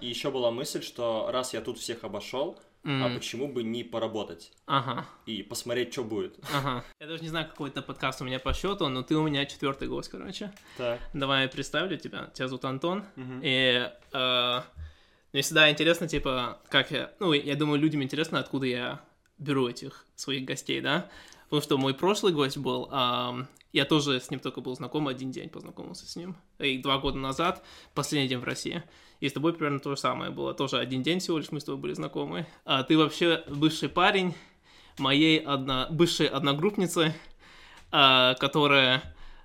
и еще была мысль, что раз я тут всех обошел, а почему бы не поработать? И посмотреть, что будет. Я даже не знаю, какой это подкаст у меня по счету, но ты у меня 4-й гость, короче. Так. Давай я представлю тебя. Тебя зовут Антон. И мне всегда интересно, типа, как я... Ну, я думаю, людям интересно, откуда я беру этих своих гостей, да? Потому что мой прошлый гость был... Я тоже с ним только был знаком, 1 день познакомился с ним. И 2 года назад, последний день в России. И с тобой примерно то же самое было. Тоже 1 день всего лишь мы с тобой были знакомы. А ты вообще бывший парень моей бывшей одногруппницы, которая...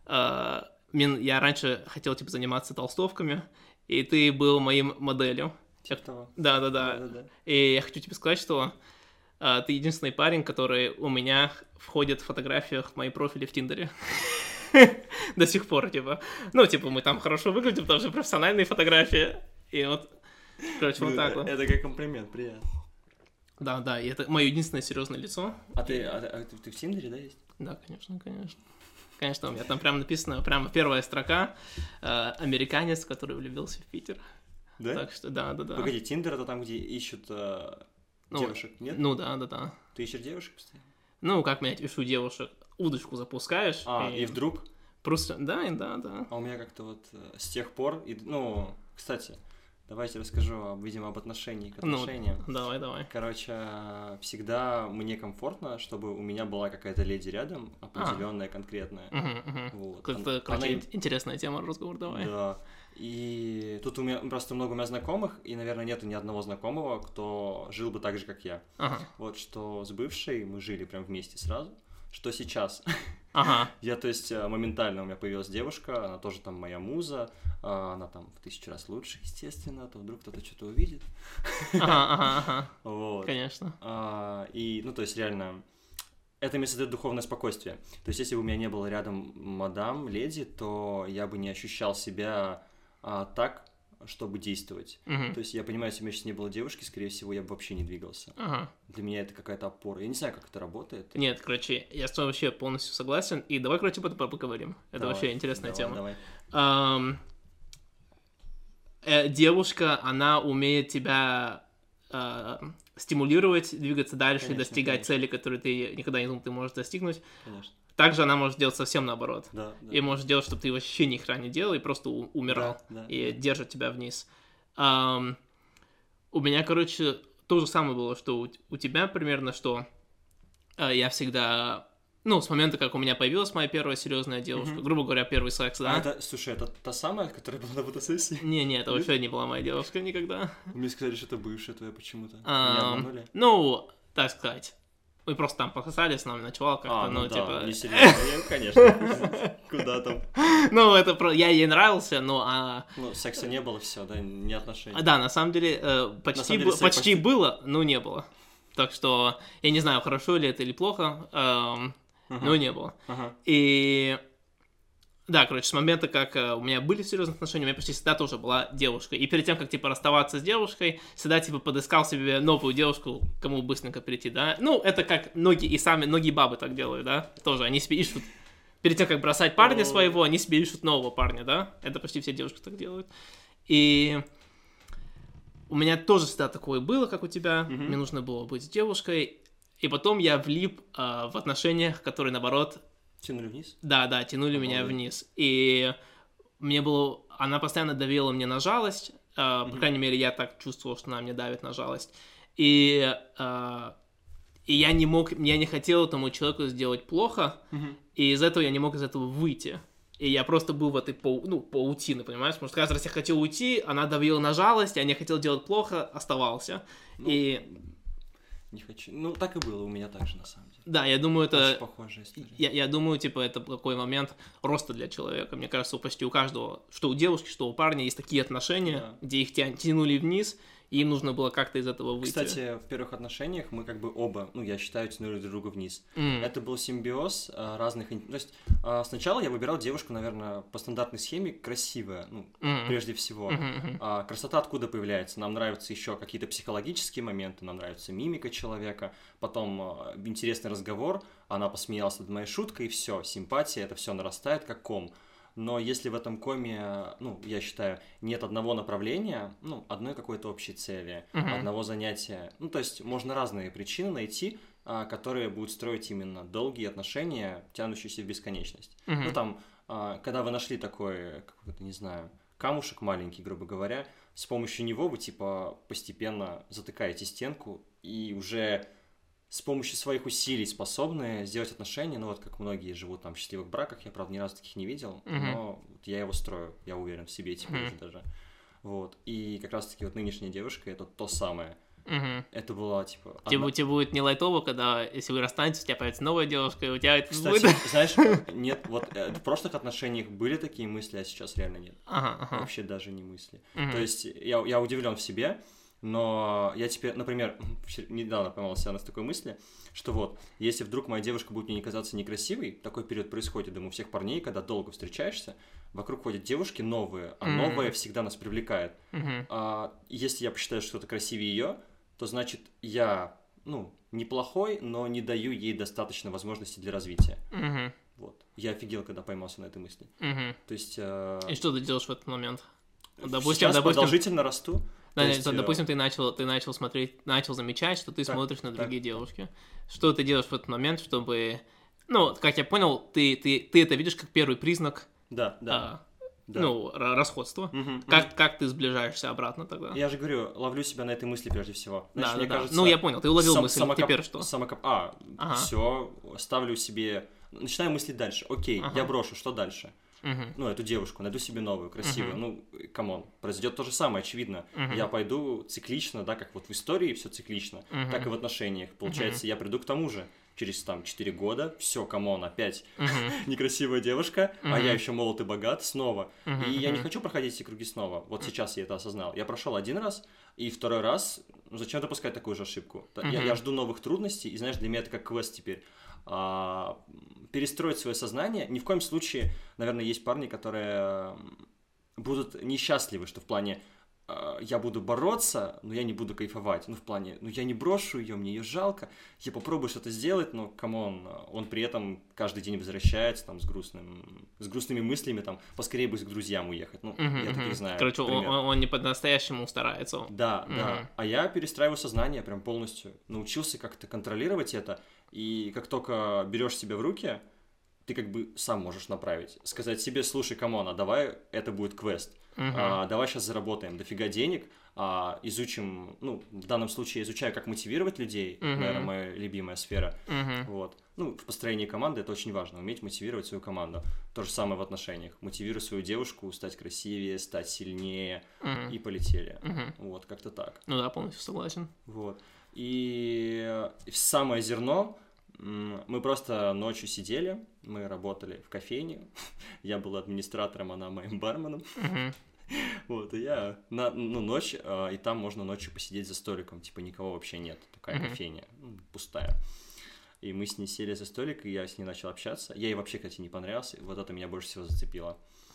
Я раньше хотел, типа, заниматься толстовками, и ты был моим моделью. Типа того. Да. И я хочу тебе сказать, что ты единственный парень, который у меня входит в фотографиях в мои профили в Тиндере. До сих пор, типа. Ну, типа, мы там хорошо выглядим, потому что профессиональные фотографии. И вот, короче, вот так вот. Это как комплимент, приятно. Да, и это мое единственное серьезное лицо. А ты в Тиндере, да, есть? Да, конечно. Конечно, у меня там прям написано, прямо первая строка, американец, который влюбился в Питер. Да? Так что, да. Погоди, Тиндер это там, где ищут девушек, нет? Ну, да. Ты ищешь девушек постоянно? Ну, как я ищу девушек, удочку запускаешь. И вдруг? Просто, да. А у меня как-то вот с тех пор, кстати, давайте расскажу, видимо, об отношении к отношениям. Ну, давай. Короче, всегда мне комфортно, чтобы у меня была какая-то леди рядом, определенная, конкретная. Вот. Короче, интересная тема, разговор, давай. Да. И тут у меня просто много у меня знакомых, и, наверное, нету ни одного знакомого, кто жил бы так же, как я. Вот что с бывшей мы жили прям вместе сразу, что сейчас. Я, то есть, моментально у меня появилась девушка, она тоже там моя муза, она там в 1000 раз лучше, естественно, то вдруг кто-то что-то увидит. Вот. Конечно. И, то есть, реально, это мне создает духовное спокойствие. То есть, если бы у меня не было рядом мадам, леди, то я бы не ощущал себя так, чтобы действовать. То есть, я понимаю, если у меня сейчас не было девушки, скорее всего, я бы вообще не двигался. Для меня это какая-то опора. Я не знаю, как это работает. Нет, короче, я с тобой вообще полностью согласен. И давай, короче, об этом поговорим. Это вообще интересная тема. Давай. Девушка, она умеет тебя стимулировать, двигаться дальше, конечно, достигать цели, которые ты никогда не думал, ты можешь достигнуть. Конечно. Также она может делать совсем наоборот. Да. И может делать, чтобы ты вообще ни хрена не делал и просто умирал. И держит тебя вниз. У меня, короче, то же самое было, что у тебя примерно, что я всегда... Ну, с момента, как у меня появилась моя первая серьезная девушка, грубо говоря, первый секс, да? Слушай, это та самая, которая была на фотосессии? Не, это вообще не была моя девушка никогда. Мне сказали, что это бывшая твоя почему-то. Меня обманули? Ну, так сказать. Мы просто там пососали с нами, ночевал как-то, типа... не серьезно, конечно. Куда там? Ну, это я ей нравился, но... Ну, секса не было, все, да, не отношений. Да, на самом деле, почти было, но не было. Так что, я не знаю, хорошо ли это или плохо, но не было. И... Да, короче, с момента, как у меня были серьезные отношения, у меня почти всегда тоже была девушка. И перед тем, как, типа, расставаться с девушкой, всегда, типа, подыскал себе новую девушку, кому быстренько прийти, да. Ну, это как многие бабы так делают, да. Тоже они себе ищут, перед тем, как бросать парня своего, они себе ищут нового парня, да. Это почти все девушки так делают. И у меня тоже всегда такое было, как у тебя. Мне нужно было быть с девушкой. И потом я влип в отношениях, которые, наоборот... Тянули вниз? Да, тянули меня вниз. И она постоянно давила мне на жалость. По крайней мере, я так чувствовал, что она мне давит на жалость. И я не хотел этому человеку сделать плохо. И из этого я не мог из этого выйти. И я просто был в этой паутине, понимаешь? Потому что каждый раз я хотел уйти, она давила на жалость, я не хотел делать плохо, оставался. Не хочу. Ну, так и было у меня так же, на самом деле. Да, я думаю, это... Очень похожая история. Я думаю, типа, это такой момент роста для человека. Мне кажется, почти у каждого, что у девушки, что у парня, есть такие отношения, где их тянули вниз, и им нужно было как-то из этого выйти. Кстати, в первых отношениях мы как бы оба, я считаю, тянули друг друга вниз. Это был симбиоз разных... То есть сначала я выбирал девушку, наверное, по стандартной схеме, красивая, прежде всего. Красота откуда появляется? Нам нравятся еще какие-то психологические моменты, нам нравится мимика человека, потом интересный разговор, она посмеялась над моей шуткой, и все, симпатия, это все нарастает как ком. но если в этом коме, ну, я считаю, нет одного направления, ну, одной какой-то общей цели, одного занятия, ну, то есть можно разные причины найти, которые будут строить именно долгие отношения, тянущиеся в бесконечность. Ну, там, когда вы нашли такой, какой-то, не знаю, камушек маленький, грубо говоря, с помощью него вы, типа, постепенно затыкаете стенку и уже с помощью своих усилий способны сделать отношения, ну, вот как многие живут там в счастливых браках, я, правда, ни разу таких не видел, но я его строю, я уверен в себе теперь уже даже. Вот, и как раз-таки вот нынешняя девушка — это то самое. Это было, типа... Тебе будет не лайтово, когда, если вы расстанетесь, у тебя появится новая девушка, и у тебя это Кстати, будет... знаешь, нет, вот в прошлых отношениях были такие мысли, а сейчас реально нет. Вообще даже не мысли. То есть я удивлен в себе, но я теперь, например, недавно поймал себя на такой мысли, что вот, если вдруг моя девушка будет мне не казаться некрасивой, такой период происходит, думаю, у всех парней, когда долго встречаешься, вокруг ходят девушки новые, а новое всегда нас привлекает. Если я посчитаю, что это красивее ее, то значит я, ну, неплохой, но не даю ей достаточно возможностей для развития. Вот. Я офигел, когда поймался на этой мысли. То есть... И что ты делаешь в этот момент? Сейчас продолжительно расту. Допустим, ты начал смотреть, начал замечать, что ты смотришь на другие девушки. Что ты делаешь в этот момент, чтобы... Ну, как я понял, ты это видишь как первый признак... Ну, расходство. Как ты сближаешься обратно тогда? Я же говорю, ловлю себя на этой мысли прежде всего. Значит, мне кажется, ну, я понял, ты уловил мысль, теперь что? Все, ставлю себе... Начинаю мыслить дальше. Окей, я брошу, что дальше? Ну, эту девушку, найду себе новую, красивую. Ну, камон, произойдет то же самое, очевидно. Я пойду циклично, да, как вот в истории все циклично, так и в отношениях. Получается, я приду к тому же. Через там 4 года, все, камон, опять некрасивая девушка, а я еще молод и богат снова. И я не хочу проходить эти круги снова. Вот сейчас я это осознал. Я прошел один раз, и второй раз, ну зачем допускать такую же ошибку? Я жду новых трудностей, и знаешь, для меня это как квест теперь. Перестроить свое сознание. Ни в коем случае, наверное, есть парни, которые будут несчастливы, что в плане я буду бороться, но я не буду кайфовать. Ну, в плане, ну, я не брошу ее, мне ее жалко. Я попробую что-то сделать, но, камон, он при этом каждый день возвращается там с грустными мыслями, там, поскорее бы к друзьям уехать. Ну, я таких знаю. Короче, он не по-настоящему старается. Да. А я перестраиваю сознание прям полностью. Научился как-то контролировать это, и как только берешь себя в руки, ты как бы сам можешь направить. Сказать себе, слушай, камон, а давай это будет квест. Давай сейчас заработаем дофига денег, изучим, ну, в данном случае изучаю, как мотивировать людей, наверное, моя любимая сфера, вот. Ну, в построении команды это очень важно, уметь мотивировать свою команду. То же самое в отношениях. Мотивируй свою девушку стать красивее, стать сильнее, и полетели. Вот, как-то так. Ну да, полностью согласен. Вот. И самое зерно... Мы просто ночью сидели, мы работали в кофейне, я был администратором, она моим барменом, вот, и я, ночь, и там можно ночью посидеть за столиком, типа никого вообще нет, такая кофейня, пустая. И мы с ней сели за столик, и я с ней начал общаться, я ей вообще, кстати, не понравился, вот это меня больше всего зацепило.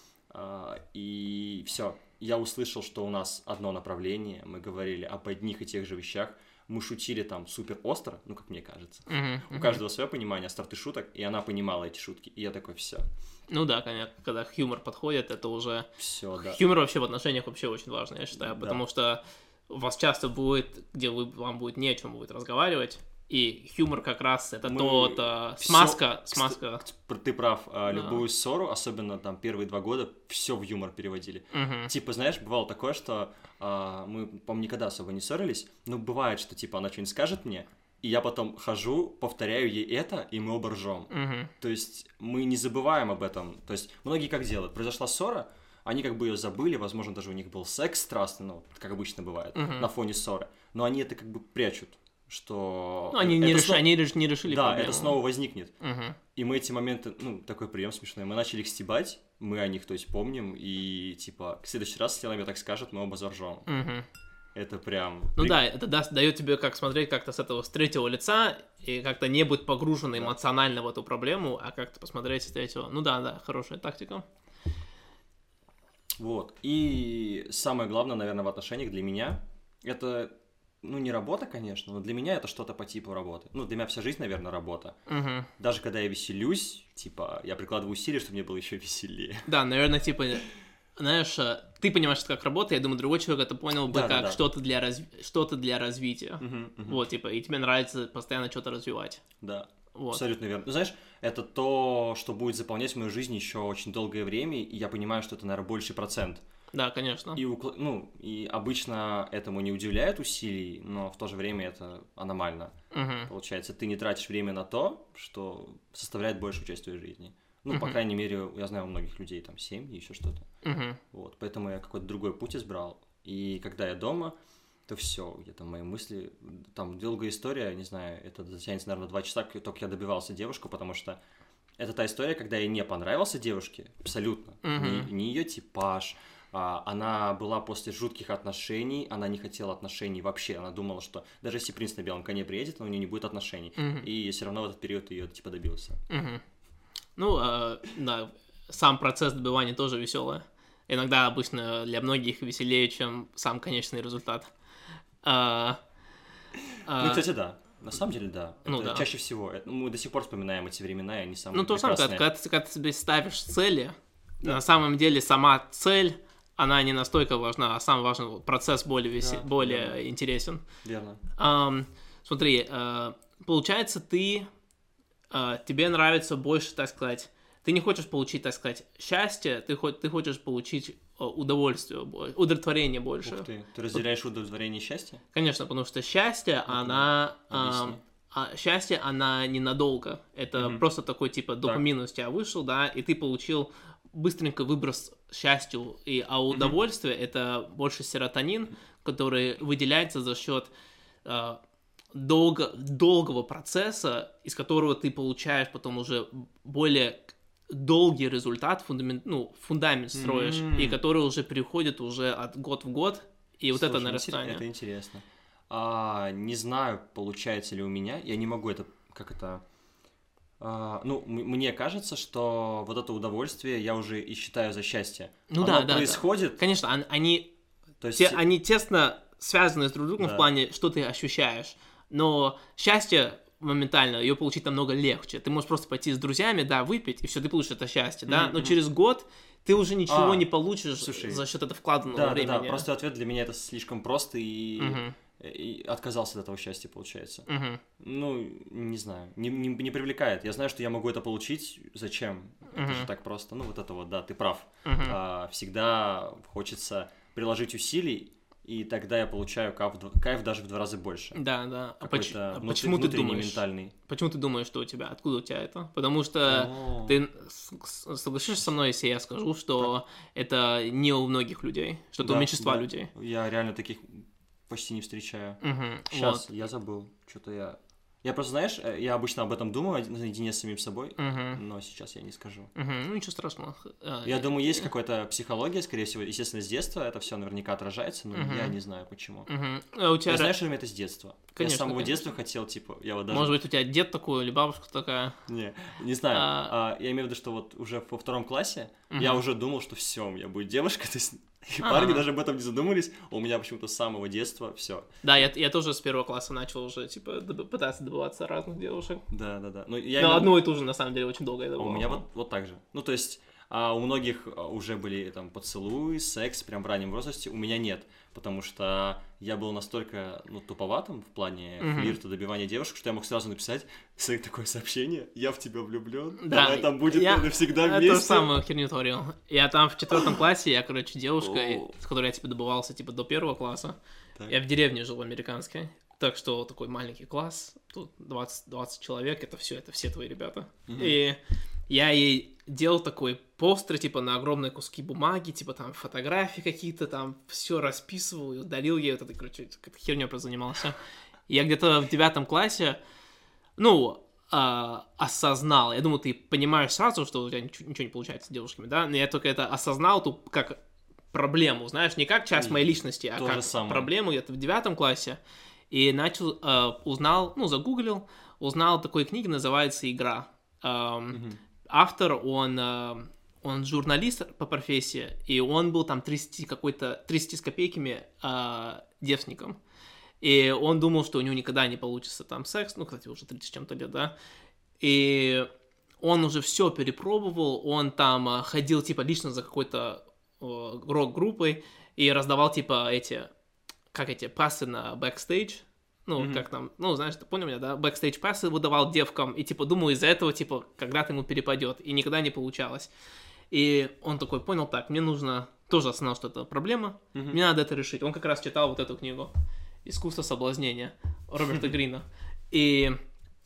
И все, я услышал, что у нас одно направление, мы говорили об одних и тех же вещах, мы шутили там супер остро, ну, как мне кажется. У каждого свое понимание, остроты шуток, и она понимала эти шутки. И я такой, все. Ну да, конечно, когда хьюмор подходит, это уже... Все, да. Хьюмор вообще в отношениях вообще очень важно, я считаю, потому что у вас часто будет, где вам будет не о чем будет разговаривать, и хьюмор как раз это смазка. Ты прав, любую ссору, особенно там первые 2 года, все в юмор переводили. Типа, знаешь, бывало такое, что мы, по-моему, никогда особо не ссорились, но бывает, что типа она что-нибудь скажет мне, и я потом хожу, повторяю ей это, и мы оба ржем. То есть мы не забываем об этом. То есть многие как делают? Произошла ссора, они как бы ее забыли, возможно, даже у них был секс страстный, ну, как обычно бывает, на фоне ссоры, но они это как бы прячут. Что... Ну, они не решили да, проблему. Это снова возникнет. И мы эти моменты, ну, такой прием смешной, мы начали их стебать, мы о них, то есть, помним, и, типа, в следующий раз, если она мне так скажет, мы оба заржем. Это прям... Ну да, это дает тебе как смотреть как-то с этого, с третьего лица, и как-то не быть погружен эмоционально в эту проблему, а как-то посмотреть с третьего. Ну да, хорошая тактика. Вот. И самое главное, наверное, в отношениях для меня, это ну, не работа, конечно, но для меня это что-то по типу работы. Ну, для меня вся жизнь, наверное, работа. Угу. Даже когда я веселюсь, типа, я прикладываю усилия, чтобы мне было еще веселее. Да, наверное, типа, знаешь, ты понимаешь, что как работа, я думаю, другой человек это понял бы как что-то для развития. Вот, типа, и тебе нравится постоянно что-то развивать. Да, вот. Абсолютно верно. Ну, знаешь, это то, что будет заполнять мою жизнь еще очень долгое время, и я понимаю, что это, наверное, больший процент. Да, конечно. И обычно этому не удивляет усилий, но в то же время это аномально. Получается, ты не тратишь время на то, что составляет большую часть твоей жизни. Ну, по крайней мере, я знаю у многих людей там семьи, еще что-то. Вот, поэтому я какой-то другой путь избрал. И когда я дома, то все, где-то мои мысли, там долгая история, не знаю, это затянется, наверное, 2 часа, только я добивался девушку, потому что это та история, когда я не понравился девушке, абсолютно, не ее типаж. Она была после жутких отношений, она не хотела отношений вообще, она думала, что даже если принц на белом коне приедет, у нее не будет отношений, и все равно в этот период ее типа добился. Ну, да, сам процесс добивания тоже веселый. Иногда обычно для многих веселее, чем сам конечный результат. Ну, кстати, да. На самом деле, да. Это чаще всего. Мы до сих пор вспоминаем эти времена, и они самые прекрасные. То же самое, когда ты себе ставишь цели, на самом деле сама цель, она не настолько важна, а сам важен процесс более интересен. Верно. Смотри, получается, тебе нравится больше, так сказать, ты не хочешь получить, так сказать, счастье, ты хочешь получить удовольствие, удовлетворение больше. Ух ты разделяешь удовлетворение и счастье? Конечно, потому что счастье, счастье, она ненадолго. Это просто такой, типа, допамин у тебя вышел, да, и ты получил быстренько выброс счастью, а удовольствие это больше серотонин, который выделяется за счет долгого процесса, из которого ты получаешь потом уже более долгий результат, фундамент строишь, и который уже переходит уже от год в год, и вот это нарастание. Это интересно. Не знаю, получается ли у меня, я не могу это, мне кажется, что вот это удовольствие я уже и считаю за счастье. Оно происходит. Да. Конечно, они тесно связаны друг с другом в плане, что ты ощущаешь. Но счастье моментально, ее получить намного легче. Ты можешь просто пойти с друзьями, выпить, и все, ты получишь это счастье, да? Но через год ты уже ничего не получишь за счет этого вкладанного времени. Да, простой ответ для меня это слишком просто, и отказался от этого счастья, получается. Ну, не знаю, не привлекает. Я знаю, что я могу это получить. Зачем? Это же так просто. Ну, вот это вот, да, ты прав. Всегда хочется приложить усилий, и тогда я получаю кайф даже в 2 раза больше. Да. Почему ты думаешь? Ментальный. Почему ты думаешь, что у тебя? Откуда у тебя это? Потому что ты согласишься со мной, если я скажу, что это не у многих людей, что это у меньшинства людей. Я реально таких почти не встречаю. Сейчас, я забыл. Что-то я просто, знаешь, я обычно об этом думаю наедине с самим собой, но сейчас я не скажу. Ну, ничего страшного. Я думаю, есть какая-то психология, скорее всего, естественно, с детства это все наверняка отражается, но я не знаю, почему. У тебя... Я знаю, что это с детства. Конечно, я с самого детства хотел, типа, я вот даже... Может быть, у тебя дед такой или бабушка такая? Не знаю. Я имею в виду, что вот уже во 2 классе я уже думал, что все, у меня будет девушка, то есть... И парни даже об этом не задумались, у меня почему-то с самого детства все. Да, я тоже с 1 класса начал уже, типа, пытаться добываться разных девушек. Да. Но одну и ту же, на самом деле, очень долго я добывал. У меня вот так же. Ну, то есть, у многих уже были там поцелуи, секс прям в раннем возрасте, у меня нет, потому что я был настолько, туповатым в плане флирта, добивания девушек, что я мог сразу написать такое сообщение: я в тебя влюблен, давай там будет навсегда вместе. Я ту же самую херню творил. Я там в 4 классе, я, девушка, с которой я, добывался, до 1 класса. Так. Я в деревне жил, американской. Так что такой маленький класс, тут 20 человек, это все твои ребята. И я ей делал такой постер, на огромные куски бумаги, там фотографии какие-то, там все расписывал и удалил ей, вот этой, херней просто занимался. Я где-то в 9 классе, осознал, я думаю, ты понимаешь сразу, что у тебя ничего не получается с девушками, да, но я только это осознал, как проблему, знаешь, не как часть моей личности, а как проблему где-то в 9 классе. И загуглил, узнал такой книги, называется «Игра». Автор, он журналист по профессии, и он был там 30 с копейками девственником. И он думал, что у него никогда не получится там секс, ну, кстати, уже 30 с чем-то лет, да, и он уже все перепробовал, он там ходил, типа, лично за какой-то рок-группой и раздавал, типа, пассы на бэкстейдж, ну, как там, ну, знаешь, ты понял меня, да, бэкстейдж-пассы выдавал девкам, и, типа, думаю, из-за этого, типа, когда-то ему перепадет, и никогда не получалось. И он такой, понял, так, мне нужно, тоже осознал, что это проблема, мне надо это решить. Он как раз читал вот эту книгу «Искусство соблазнения» Роберта Грина. И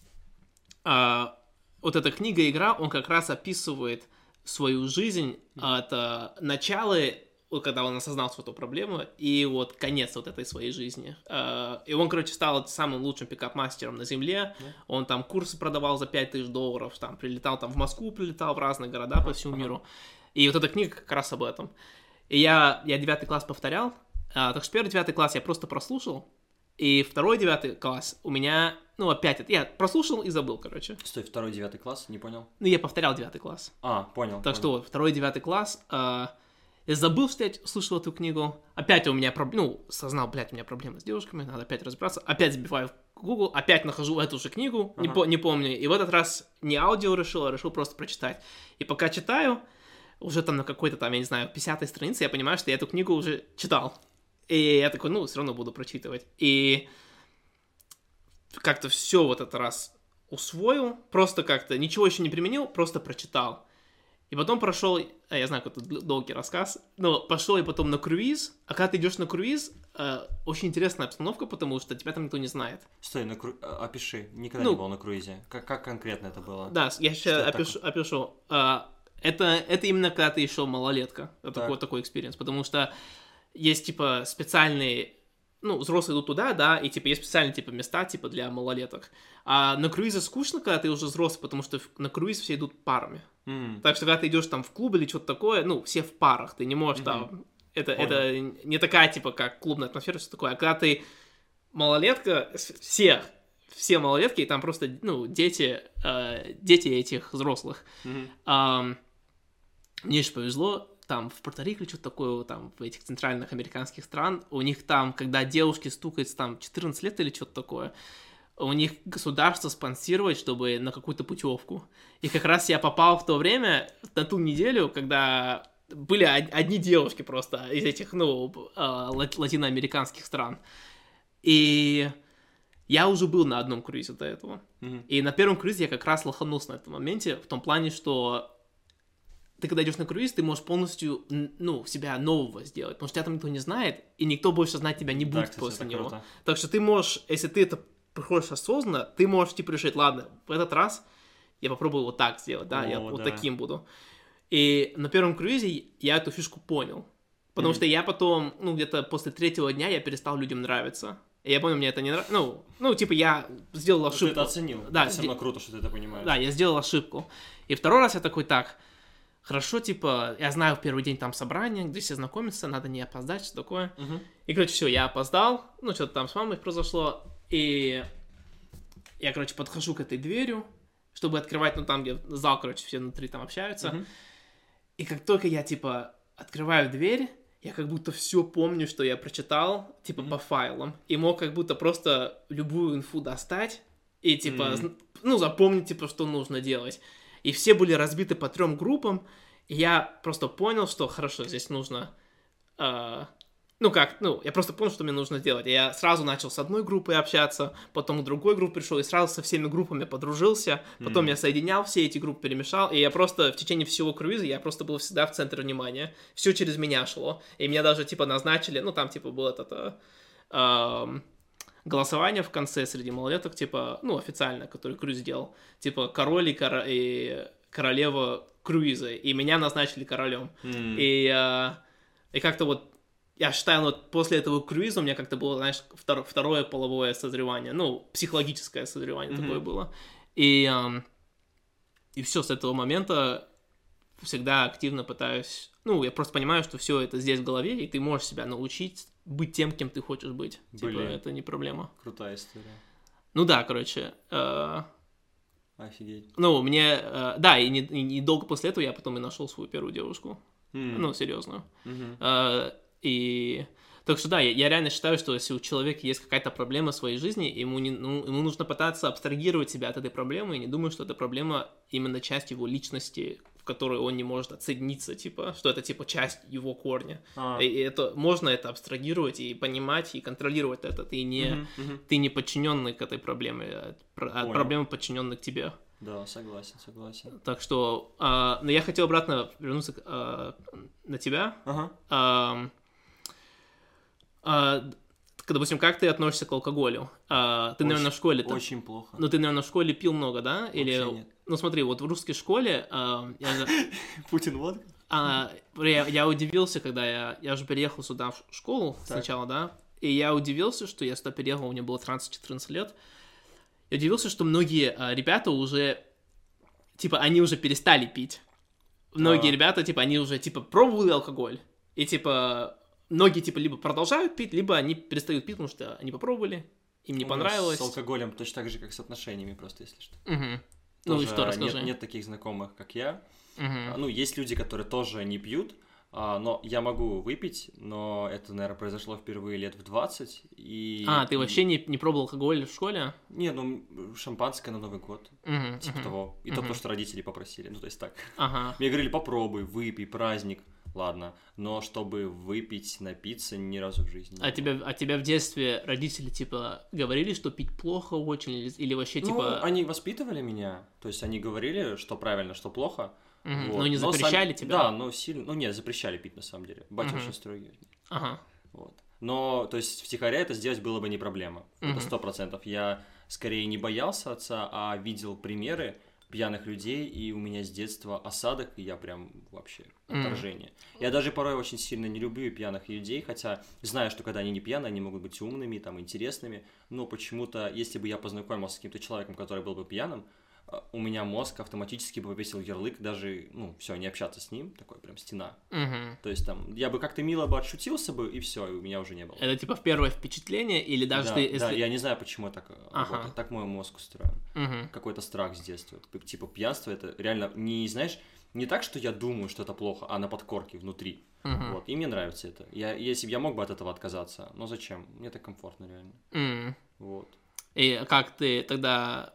вот эта книга-игра, он как раз описывает свою жизнь от начала, когда он осознал свою проблему, и вот конец вот этой своей жизни. И он, короче, стал самым лучшим пикап-мастером на земле. Он там курсы продавал за $5000, там прилетал там в Москву, прилетал в разные города по всему миру. И вот эта книга как раз об этом. И я 9 класс повторял, так что 1-9 класс я просто прослушал, и 2-9 класс у меня, ну, опять, я прослушал и забыл, короче. Стой, 2-9 класс, не понял? Ну, я повторял 9 класс. Понял. Так что 2-9 класс, я забыл, что я слушал эту книгу, опять у меня, осознал, у меня проблемы с девушками, надо опять разбираться, опять забиваю в Google, опять нахожу эту же книгу, не помню, и в этот раз не аудио решил, а решил просто прочитать. И пока читаю, уже там на какой-то там, я не знаю, 50-й странице, я понимаю, что я эту книгу уже читал. И я такой, все равно буду прочитывать. И как-то все вот этот раз усвоил, просто как-то ничего еще не применил, просто прочитал. И потом прошел, я знаю, какой-то долгий рассказ, но пошел я потом на круиз, а когда ты идешь на круиз, очень интересная обстановка, потому что тебя там никто не знает. Стой, опиши, никогда не был на круизе. Как конкретно это было? Да, я сейчас опишу. Это именно когда ты еще малолетка, такой экспириенс, потому что есть, типа, специальные, взрослые идут туда, да, и, типа, есть специальные, типа, места, типа, для малолеток. А на круизе скучно, когда ты уже взрослый, потому что на круиз все идут парами. Так что, когда ты идешь там в клуб или что-то такое, все в парах, ты не можешь там... Это не такая, типа, как клубная атмосфера, все такое. А когда ты малолетка, все малолетки, и там просто, дети этих взрослых. Мне еще повезло, там в Пуэрто-Рико что-то такое, там в этих центральных американских стран, у них там, когда девушке стукается там 14 лет или что-то такое, у них государство спонсирует, чтобы на какую-то путевку. И как раз я попал в то время, на ту неделю, когда были одни девушки просто из этих, латиноамериканских стран. И я уже был на одном круизе до этого. И на первом круизе я как раз лоханулся на этом моменте, в том плане, что ты, когда идешь на круиз, ты можешь полностью, себя нового сделать, потому что тебя там никто не знает, и никто больше знать тебя не будет после него. Круто. Так что ты можешь, если ты это приходишь осознанно, ты можешь, типа, решить, ладно, в этот раз я попробую вот так сделать, да, вот таким буду. И на первом круизе я эту фишку понял, потому что я потом, где-то после 3-го дня я перестал людям нравиться. И я понял, мне это не нравится. Типа, я сделал ошибку. Ты это оценил. Да, это все равно круто, что ты это понимаешь. Да, я сделал ошибку. И второй раз я такой, так, хорошо, типа, я знаю, в первый день там собрание, где все знакомятся, надо не опоздать, что такое. И, короче, все, я опоздал, что-то там с мамой произошло, и я, короче, подхожу к этой дверью, чтобы открывать, там, где зал, короче, все внутри там общаются. И как только я, типа, открываю дверь, я как будто все помню, что я прочитал, типа, по файлам, и мог как будто просто любую инфу достать и, типа, запомнить, типа, что нужно делать. И все были разбиты по 3 группам, и я просто понял, что хорошо, здесь нужно... я просто понял, что мне нужно делать. И я сразу начал с одной группой общаться, потом к другой группе пришел, и сразу со всеми группами подружился, потом я соединял все эти группы, перемешал, и я просто в течение всего круиза, я просто был всегда в центре внимания. Все через меня шло. И меня даже, типа, назначили, там, типа, было это... голосование в конце среди малолеток, типа, официально, который круиз делал, типа, король и королева круиза, и меня назначили королем. И как-то вот, я считаю, после этого круиза у меня как-то было, знаешь, второе половое созревание, психологическое созревание такое было. И все, с этого момента всегда активно пытаюсь, я просто понимаю, что все это здесь в голове, и ты можешь себя научить быть тем, кем ты хочешь быть. Блин. Типа, это не проблема. Крутая история. Да, короче. Офигеть. Мне... да, и недолго после этого я потом и нашел свою первую девушку. Серьезную. И... Так что да, я реально считаю, что если у человека есть какая-то проблема в своей жизни, ему нужно пытаться абстрагировать себя от этой проблемы и не думать, что эта проблема именно часть его личности, в которой он не может отсоединиться, типа, что это типа часть его корня. И это можно это абстрагировать и понимать, и контролировать это. Ты не подчиненный к этой проблеме, а проблема подчиненная к тебе. Да, согласен. Так что, но я хотел обратно вернуться на тебя. Допустим, как ты относишься к алкоголю? Ты, наверное, в школе... Очень плохо. Ну, ты, наверное, в школе пил много, да? Вообще нет. Ну, смотри, вот в русской школе... Путин водка? Я удивился, когда я же переехал сюда в школу сначала, да? И я удивился, что я сюда переехал, мне было 13-14 лет. Я удивился, что многие ребята уже... Типа, они уже перестали пить. Многие ребята, типа, они уже, типа, пробовали алкоголь. И, типа... Многие, типа, либо продолжают пить, либо они перестают пить, потому что они попробовали, им не понравилось. С алкоголем точно так же, как с отношениями, просто, если что. Ну и что, расскажи. Нет таких знакомых, как я. Ну, есть люди, которые тоже не пьют, но я могу выпить, но это, наверное, произошло впервые лет в 20. Ты вообще не пробовал алкоголь в школе? Не, шампанское на Новый год, типа того. И то, что родители попросили, ну, то есть так. Мне говорили, попробуй, выпей, праздник. Ладно, но чтобы выпить, напиться ни разу в жизни. А тебя в детстве родители, типа, говорили, что пить плохо очень, или вообще, типа... они воспитывали меня, то есть они говорили, что правильно, что плохо. Вот. Но не запрещали тебя? Да, но сильно... Ну, нет, запрещали пить, на самом деле. Батя очень строгий. Вот. Но, то есть, втихаря это сделать было бы не проблема. Это 100%. Я скорее не боялся отца, а видел примеры пьяных людей, и у меня с детства осадок, и я прям вообще отторжение. Я даже порой очень сильно не люблю пьяных людей, хотя знаю, что когда они не пьяные, они могут быть умными, там, интересными, но почему-то, если бы я познакомился с каким-то человеком, который был бы пьяным, у меня мозг автоматически бы повесил ярлык, даже, все, не общаться с ним, такой прям стена. То есть там, я бы как-то мило бы отшутился бы, и все, и у меня уже не было. Это типа в первое впечатление, или даже ты... Да, я не знаю, почему так работает, так мой мозг устроен. Какой-то страх с детства. Типа пьянство, это реально не, знаешь, не так, что я думаю, что это плохо, а на подкорке, внутри. Вот, и мне нравится это. Если бы я мог бы от этого отказаться, но зачем? Мне так комфортно, реально. Вот. И как ты тогда...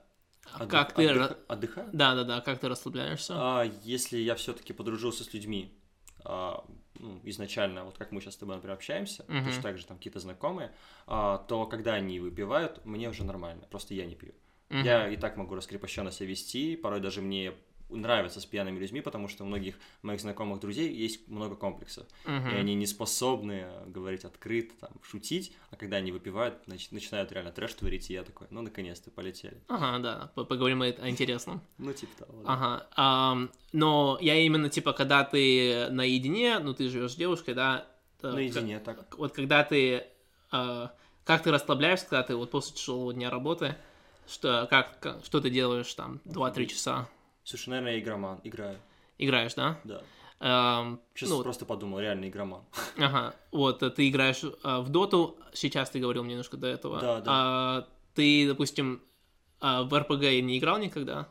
Отдыхаю? Да, как ты расслабляешься? Если я все-таки подружился с людьми изначально, вот как мы сейчас с тобой, например, общаемся, точно так же там какие-то знакомые, то когда они выпивают, мне уже нормально, просто я не пью. Я и так могу раскрепощенно себя вести, порой даже мне нравится с пьяными людьми, потому что у многих моих знакомых друзей есть много комплексов, и они не способны говорить открыто, там, шутить, а когда они выпивают, начинают реально трэш творить, и я такой, наконец-то, полетели. Да, поговорим о интересном. Типа того, да. Но я именно, типа, когда ты наедине, ты живешь с девушкой, да? Наедине, так. Вот когда ты, как ты расслабляешься, когда ты вот после тяжелого дня работы, что ты делаешь там 2-3 часа? Слушай, наверное, я играю. Играешь, да? Да. Сейчас просто подумал, реально игроман. Вот, ты играешь в доту, сейчас ты говорил немножко до этого. Да. Ты, допустим, в РПГ не играл никогда?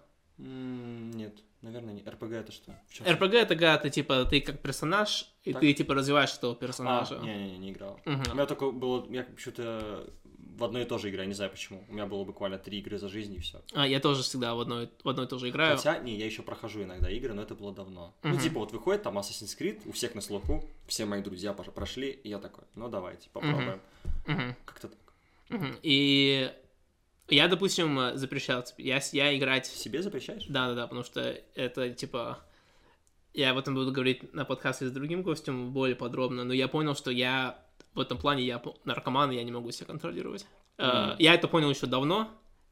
Нет, наверное, не. РПГ это что? РПГ это когда ты как персонаж, и ты типа развиваешь этого персонажа. Не играл. У меня только было, я почему-то в одной и той же игре, не знаю почему. У меня было буквально 3 игры за жизнь, и все. Я тоже всегда в одной и той же играю. Хотя, я еще прохожу иногда игры, но это было давно. Типа вот выходит там Assassin's Creed, у всех на слуху, все мои друзья прошли, и я такой, давайте, попробуем. Как-то так. И я, допустим, запрещал, я играть... Себе запрещаешь? Да, потому что это, типа... Я об этом буду говорить на подкасте с другим гостем более подробно, но я понял, что я в этом плане я наркоман, и я не могу себя контролировать. Я это понял еще давно,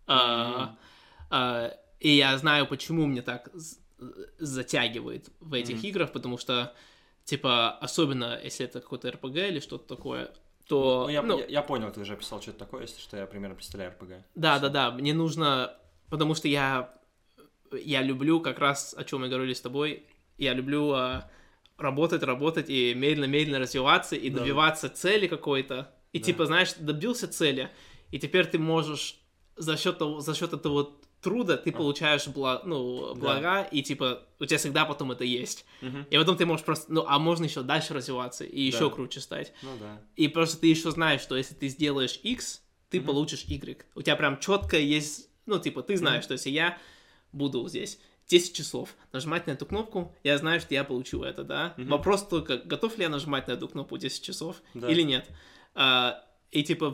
и я знаю, почему мне так затягивает в этих играх, потому что, типа, особенно если это какой-то РПГ или что-то такое, то... Я понял, ты уже описал что-то такое, если что, я примерно представляю РПГ. Да, мне нужно... Потому что я люблю как раз, о чем мы говорили с тобой, я люблю... работать и медленно развиваться и добиваться цели какой-то. И типа, знаешь, добился цели, и теперь ты можешь за счет этого труда ты получаешь блага, и, типа, у тебя всегда потом это есть. И потом ты можешь просто, а можно еще дальше развиваться и еще круче стать. Ну да. И просто ты еще знаешь, что если ты сделаешь X, ты получишь Y. У тебя прям четко есть, типа, ты знаешь, что если я буду здесь 10 часов нажимать на эту кнопку, я знаю, что я получу это, да? Вопрос только, готов ли я нажимать на эту кнопку 10 часов или нет. И, типа...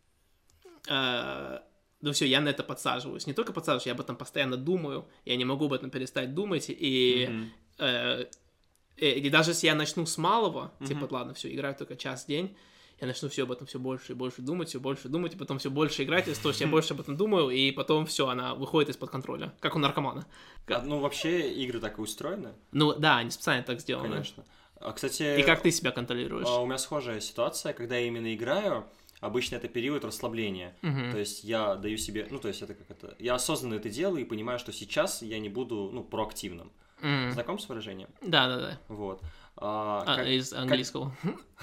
Ну все, я на это подсаживаюсь. Не только подсаживаюсь, я об этом постоянно думаю. Я не могу об этом перестать думать. И даже если я начну с малого, типа, ладно, все, играю только час в день, я начну все об этом все больше и больше думать, и потом все больше играть, то есть я больше об этом думаю, и потом все, она выходит из-под контроля, как у наркомана. Ну, вообще, игры так и устроены. Ну, да, они специально так сделаны. Конечно. Кстати... И как ты себя контролируешь? У меня схожая ситуация, когда я именно играю. Обычно это период расслабления. То есть я даю себе... Ну, то есть это как это... Я осознанно это делаю и понимаю, что сейчас я не буду, проактивным. Знаком с выражением? Да. Вот. Из английского.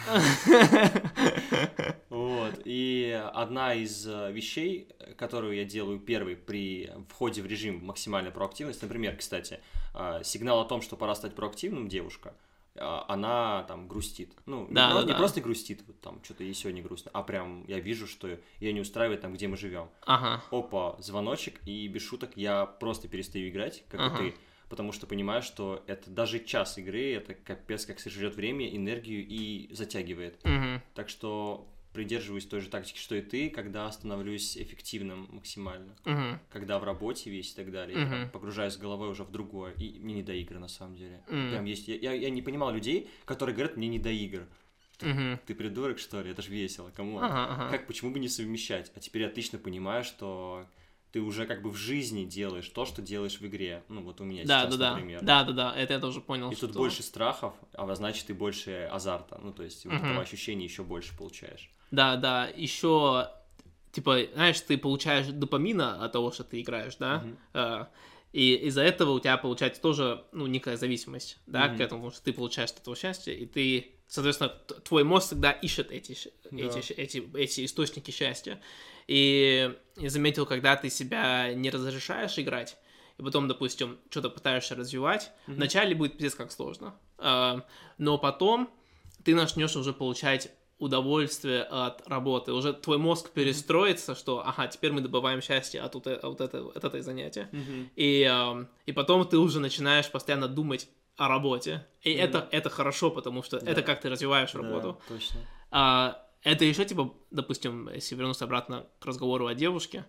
Вот. И одна из вещей, которую я делаю первой при входе в режим максимальной проактивности, например, кстати, сигнал о том, что пора стать проактивным, девушка, она там грустит. Не просто грустит, вот там что-то ей сегодня грустно, а прям я вижу, что ее не устраивает там, где мы живем. Опа, звоночек, и без шуток я просто перестаю играть, как и ты, потому что понимаю, что это даже час игры, это капец как сожрет время, энергию и затягивает. Так что придерживаюсь той же тактики, что и ты, когда становлюсь эффективным максимально. Когда в работе весь и так далее. Я прям погружаюсь головой уже в другое. И мне не до игр, на самом деле. Прям есть... Я не понимал людей, которые говорят, мне не до игр. Ты придурок, что ли? Это же весело. Кому? Почему бы не совмещать? А теперь я отлично понимаю, что ты уже как бы в жизни делаешь то, что делаешь в игре. Ну, вот у меня сейчас, например. Да, это я тоже понял. И тут больше страхов, а значит и больше азарта. Ну, то есть вот этого ощущения еще больше получаешь. Да, еще, типа, знаешь, ты получаешь допамина от того, что ты играешь, да, и из-за этого у тебя получается тоже, некая зависимость, да, к этому, что ты получаешь от этого счастья, и ты, соответственно, твой мозг всегда ищет эти источники счастья. И я заметил, когда ты себя не разрешаешь играть, и потом, допустим, что-то пытаешься развивать, вначале будет пиздец как сложно, но потом ты начнешь уже получать удовольствие от работы. Уже твой мозг перестроится, что, теперь мы добываем счастье от этой занятия. И потом ты уже начинаешь постоянно думать о работе. И это хорошо, потому что это как ты развиваешь работу. Да, точно. Это еще, типа, допустим, если вернуться обратно к разговору о девушке,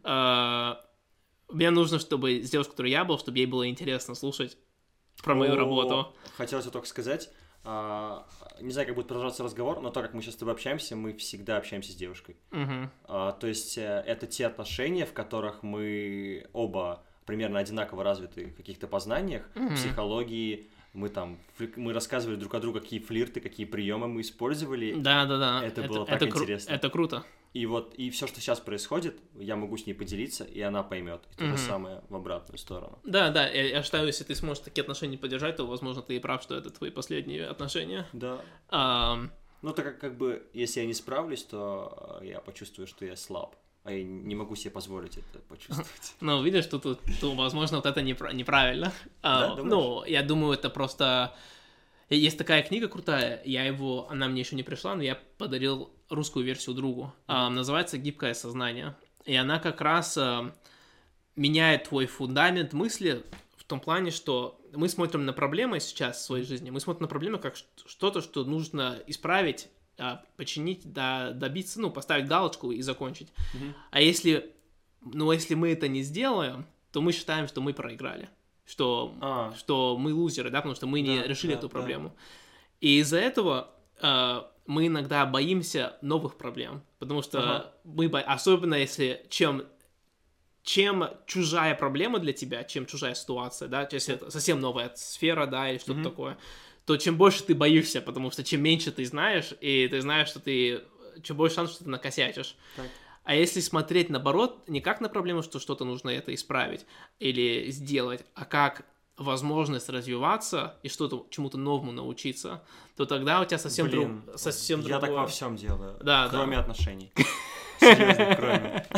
мне нужно, чтобы с девушкой, которой я был, чтобы ей было интересно слушать про мою работу. Хотелось бы только сказать... не знаю, как будет продолжаться разговор, но то, как мы сейчас с тобой общаемся, мы всегда общаемся с девушкой. То есть это те отношения, в которых мы оба примерно одинаково развиты в каких-то познаниях, психологии. Мы рассказывали друг о друге, какие флирты, какие приемы мы использовали. Да. Это было так интересно. Это круто. И все, что сейчас происходит, я могу с ней поделиться, и она поймет. И то же самое в обратную сторону. Да, я считаю, если ты сможешь такие отношения поддержать, то, возможно, ты и прав, что это твои последние отношения. Да. Так как бы, если я не справлюсь, то я почувствую, что я слаб. А я не могу себе позволить это почувствовать. Видишь, тут возможно, вот это неправильно. Я думаю, это просто... Есть такая книга крутая, она мне еще не пришла, но я подарил русскую версию другу. Называется «Гибкое сознание». И она как раз меняет твой фундамент мысли в том плане, что мы смотрим на проблемы сейчас в своей жизни, мы смотрим на проблемы как что-то, что нужно исправить, починить, добиться, поставить галочку и закончить. А если мы это не сделаем, то мы считаем, что мы проиграли. Что мы лузеры, да, потому что мы не решили эту проблему. И из-за этого мы иногда боимся новых проблем, потому что особенно если чем чужая проблема для тебя, чем чужая ситуация, да, если это совсем новая сфера, да, или что-то такое, то чем больше ты боишься, потому что чем меньше ты знаешь, и ты знаешь, что чем больше шансов, что ты накосячишь. Так. А если смотреть наоборот, не как на проблему, что что-то нужно это исправить или сделать, а как возможность развиваться и что-то чему-то новому научиться, то тогда у тебя совсем другое. Я так во всем делаю, да, кроме отношений. Серьезно, кроме.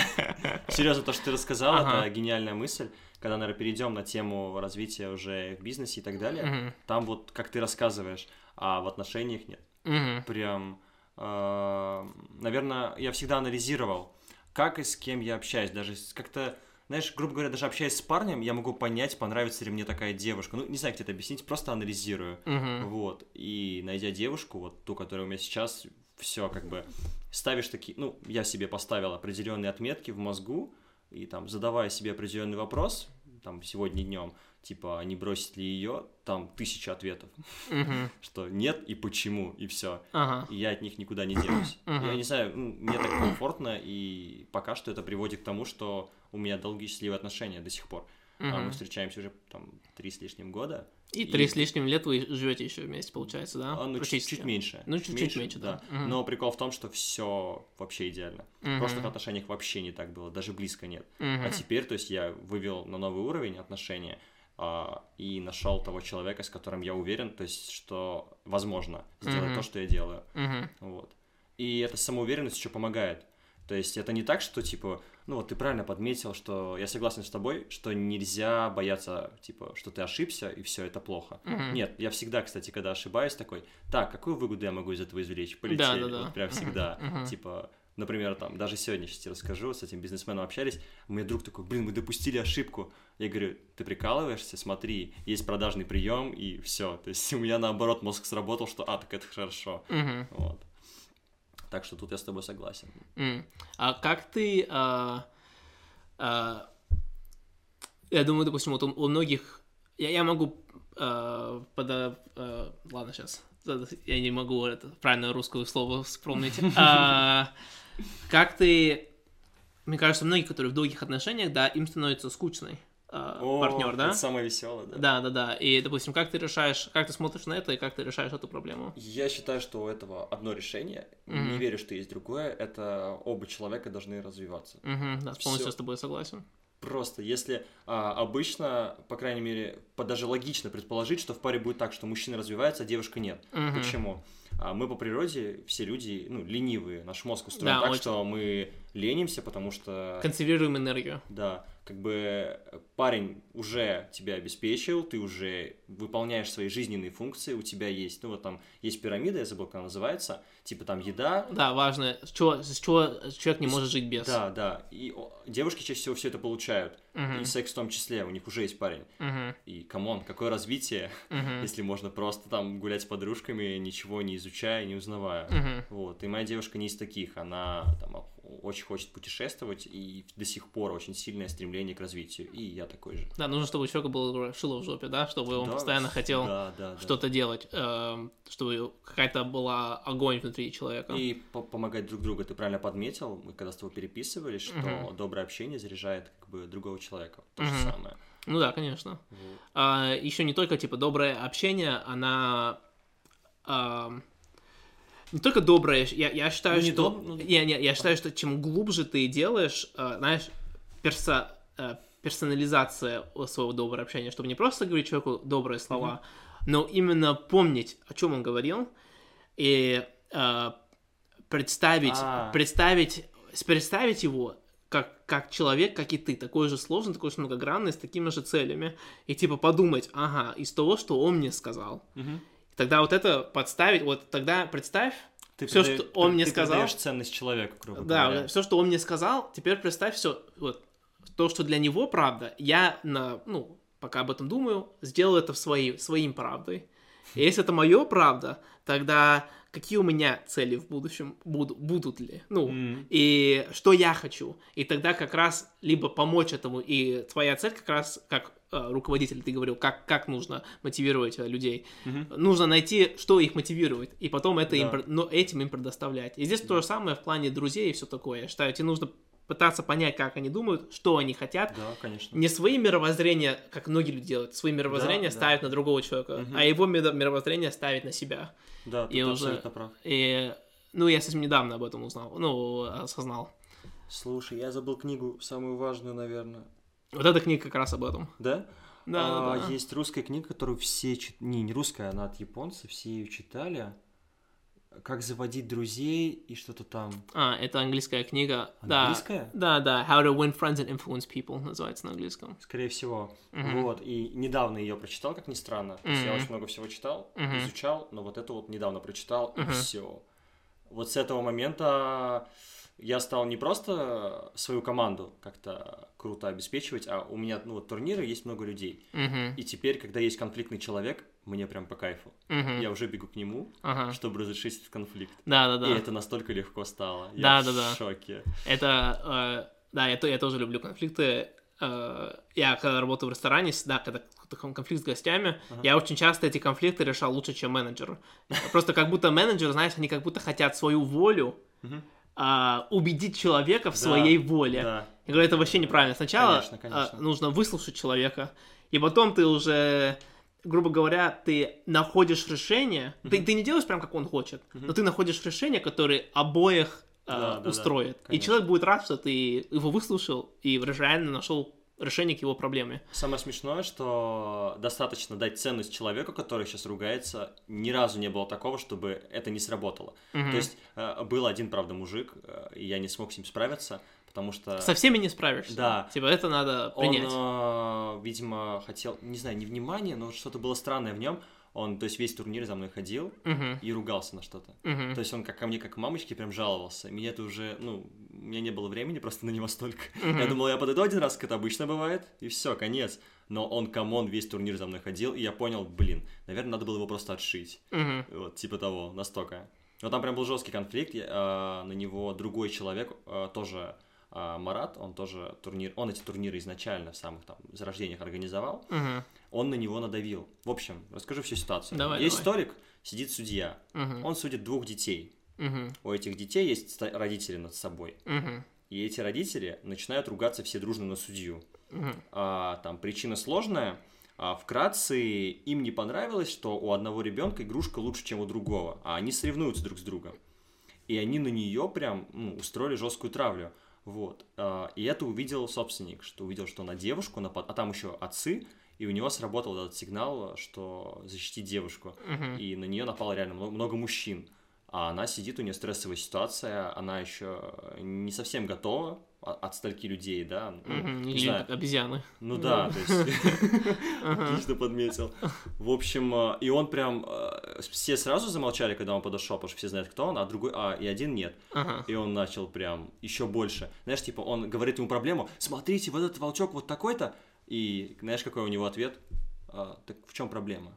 Серьезно, то, что ты рассказал, это гениальная мысль. Когда, наверное, перейдем на тему развития уже в бизнесе и так далее, там вот, как ты рассказываешь, а в отношениях нет. Прям, наверное, я всегда анализировал, как и с кем я общаюсь. Даже как-то, знаешь, грубо говоря, даже общаясь с парнем, я могу понять, понравится ли мне такая девушка. Ну, не знаю, как тебе это объяснить, просто анализирую. Вот. И найдя девушку, вот ту, которая у меня сейчас, все как бы ставишь такие... Ну, я себе поставил определенные отметки в мозгу, и там, задавая себе определенный вопрос, там, сегодня днем, типа, не бросить ли ее, там 1000 ответов, что нет и почему, и все. И я от них никуда не денусь. Я не знаю, мне так комфортно, и пока что это приводит к тому, что у меня долгие счастливые отношения до сих пор. Мы встречаемся уже там 3 с лишним года. И 3 с лишним лет вы живете еще вместе, получается, да? Ну, чуть меньше. Ну, чуть меньше, да. Но прикол в том, что все вообще идеально. В прошлых отношениях вообще не так было, даже близко нет. А теперь, то есть, я вывел на новый уровень отношения и нашел того человека, с которым я уверен, то есть, что возможно сделать то, что я делаю. Вот. И эта самоуверенность еще помогает. То есть это не так, что, типа, ну вот ты правильно подметил, что я согласен с тобой, что нельзя бояться, типа, что ты ошибся, и все, это плохо. Нет, я всегда, кстати, когда ошибаюсь, такой, так, какую выгоду я могу из этого извлечь? Полетели, да. Вот прям всегда. Типа, например, там, даже сегодня, сейчас тебе расскажу, с этим бизнесменом общались, у меня друг такой, мы допустили ошибку. Я говорю, ты прикалываешься? Смотри, есть продажный прием, и все. То есть у меня, наоборот, мозг сработал, что, так это хорошо. Вот. Так что тут я с тобой согласен. А как ты... я думаю, допустим, вот у многих... Я могу... ладно, сейчас. Я не могу правильное русское слово вспомнить. Как ты... Мне кажется, многие, которые в долгих отношениях, да, им становится скучной. Партнер, да? Это самое веселое, да. Да. И, допустим, как ты смотришь на это, и как ты решаешь эту проблему? Я считаю, что у этого одно решение. Не верю, что есть другое. Это оба человека должны развиваться. Да, полностью с тобой согласен. Просто, если обычно, по крайней мере, даже логично предположить, что в паре будет так, что мужчина развивается, а девушка нет. Почему? Мы по природе, все люди, ленивые. Наш мозг устроен так, что мы ленимся, потому что... Консервируем энергию. Да, как бы парень уже тебя обеспечил, ты уже выполняешь свои жизненные функции, у тебя есть, вот там есть пирамида, я забыл, как она называется, типа там еда. Да, важно, с чего человек не может жить без. Да, и девушки чаще всего все это получают, и секс в том числе, у них уже есть парень. И, камон, какое развитие, если можно просто там гулять с подружками, ничего не изучая, не узнавая. Вот, и моя девушка не из таких, она там очень хочет путешествовать, и до сих пор очень сильное стремление к развитию, и я такой же. Да, нужно, чтобы у человека было шило в жопе, да, чтобы он постоянно хотел что-то делать, чтобы какая-то была огонь внутри человека. И помогать друг другу, ты правильно подметил, мы когда с тобой переписывались, что доброе общение заряжает как бы другого человека, то же самое. Ну да, конечно. Еще не только, типа, доброе общение, она... Не только доброе, я считаю, я считаю, что чем глубже ты делаешь, знаешь, персонализация своего доброго общения, чтобы не просто говорить человеку добрые слова, но именно помнить, о чем он говорил, и представить его как человек, как и ты, такой же сложный, такой же многогранный, с такими же целями, и типа подумать, из того, что он мне сказал. Тогда вот это подставить, вот тогда представь, все, что он мне сказал. Ты придаешь ценность человеку, грубо говоря. Да, все, что он мне сказал, теперь представь все, вот, то, что для него правда, я, пока об этом думаю, сделал это своим правдой. И если это моя правда, тогда какие у меня цели в будущем будут ли? И что я хочу? И тогда как раз либо помочь этому, и твоя цель как раз, как руководитель, ты говорил, как нужно мотивировать людей. Нужно найти, что их мотивирует, и потом этим им предоставлять. И здесь то же самое в плане друзей и все такое. Я считаю, тебе нужно пытаться понять, как они думают, что они хотят. Да, конечно. Не свои мировоззрения, как многие люди делают, свои мировоззрения ставят на другого человека, а его мировоззрение ставить на себя. Да, ты абсолютно прав. Я совсем недавно об этом осознал. Слушай, я забыл книгу, самую важную, наверное. Вот эта книга как раз об этом. Да? Да. Есть русская книга, которую все... Не русская, она от японцев, все ее читали. как заводить друзей и что-то там. Это английская книга. Английская? Да. How to Win Friends and Influence People называется на английском. Скорее всего. Вот. И недавно ее прочитал, как ни странно. То есть я очень много всего читал, изучал, но вот эту вот недавно прочитал, и все. Вот с этого момента я стал не просто свою команду как-то круто обеспечивать, а у меня, турниры, есть много людей. И теперь, когда есть конфликтный человек, мне прям по кайфу. Я уже бегу к нему, чтобы разрешить этот конфликт. Да. И это настолько легко стало. Я в шоке. Я тоже люблю конфликты. Я когда работаю в ресторане, когда конфликт с гостями, я очень часто эти конфликты решал лучше, чем менеджер. Просто как будто менеджер, знаешь, они как будто хотят свою волю убедить человека в своей воле. Да. Я говорю, это вообще неправильно. Сначала конечно. Нужно выслушать человека, и потом ты уже, грубо говоря, ты находишь решение. Ты не делаешь прям, как он хочет, но ты находишь решение, которое обоих устроит. И человек будет рад, что ты его выслушал и реально нашел решение к его проблеме. Самое смешное, что достаточно дать ценность человеку, который сейчас ругается. Ни разу не было такого, чтобы это не сработало. То есть был один, правда, мужик, и я не смог с ним справиться, потому что... Со всеми не справишься. Да. Типа это надо принять. Он, видимо, хотел, не знаю, не внимание, но что-то было странное в нем. Он, то есть, весь турнир за мной ходил и ругался на что-то. То есть, он ко мне, как к мамочке, прям жаловался. Меня это уже, у меня не было времени просто на него столько. Я думал, я подойду один раз, как это обычно бывает, и все, конец. Но он, камон, весь турнир за мной ходил, и я понял, наверное, надо было его просто отшить. Вот, типа того, настолько. Но там прям был жесткий конфликт, на него другой человек, тоже Марат, он тоже он эти турниры изначально в самых там зарождениях организовал, он на него надавил. В общем, расскажу всю ситуацию. Есть столик, сидит судья, он судит 2 детей. У этих детей есть родители над собой. И эти родители начинают ругаться все дружно на судью. Там причина сложная. Вкратце, им не понравилось, что у одного ребенка игрушка лучше, чем у другого, а они соревнуются друг с другом. И они на нее прям устроили жесткую травлю. Вот. И это увидел собственник, что увидел, что на девушку напал, а там еще отцы, и у него сработал этот сигнал, что защитить девушку. И на нее напало реально много мужчин. А она сидит, у нее стрессовая ситуация, она еще не совсем готова от стольки людей, да. Не знаю, как обезьяны. Ну да, то есть отлично подметил. В общем, и он прям, все сразу замолчали, когда он подошел, потому что все знают, кто он, а другой, и один нет. И он начал прям еще больше. Знаешь, типа, он говорит ему проблему: смотрите, вот этот волчок вот такой-то. И знаешь, какой у него ответ? Так в чем проблема?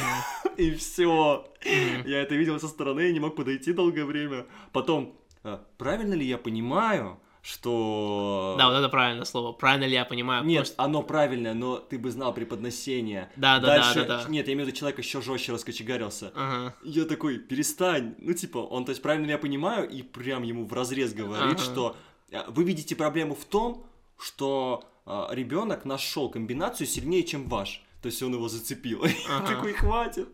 И все. Я это видел со стороны, не мог подойти долгое время. Потом, правильно ли я понимаю, что... Да, вот это правильное слово. Правильно ли я понимаю? Нет, просто... оно правильное, но ты бы знал преподношение. Да. Нет, я имею в виду, человек еще жестче раскочегарился. Я такой, перестань. То есть правильно ли я понимаю, и прям ему вразрез говорит, что вы видите проблему в том, что ребенок нашел комбинацию сильнее, чем ваш. То есть он его зацепил. Такой, хватит.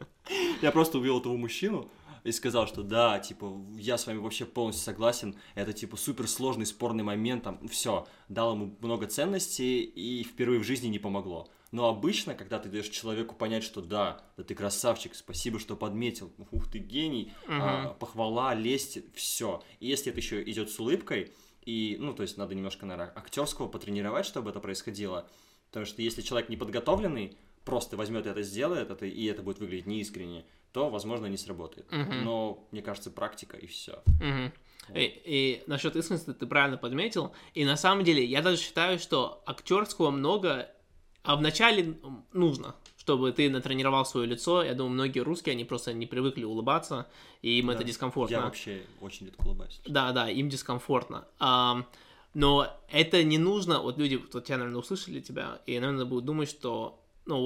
Я просто увел этого мужчину и сказал, что да, типа, я с вами вообще полностью согласен, это, типа, суперсложный спорный момент, там, все, дал ему много ценностей и впервые в жизни не помогло. Но обычно, когда ты даешь человеку понять, что да ты красавчик, спасибо, что подметил, ух, ты гений, похвала, лесть, все. И если это еще идет с улыбкой, и, то есть надо немножко, наверное, актерского потренировать, чтобы это происходило. Потому что если человек неподготовленный, просто возьмет это, сделает это, и это будет выглядеть неискренне, то, возможно, не сработает. Но, мне кажется, практика, и все. И насчет искренности ты правильно подметил. И на самом деле, я даже считаю, что актерского много, а вначале нужно, чтобы ты натренировал свое лицо. Я думаю, многие русские, они просто не привыкли улыбаться, и им это дискомфортно. Я вообще очень редко улыбаюсь. Да, им дискомфортно. Но это не нужно, вот люди, вот тебя, наверное, услышали тебя, и, наверное, будут думать, что,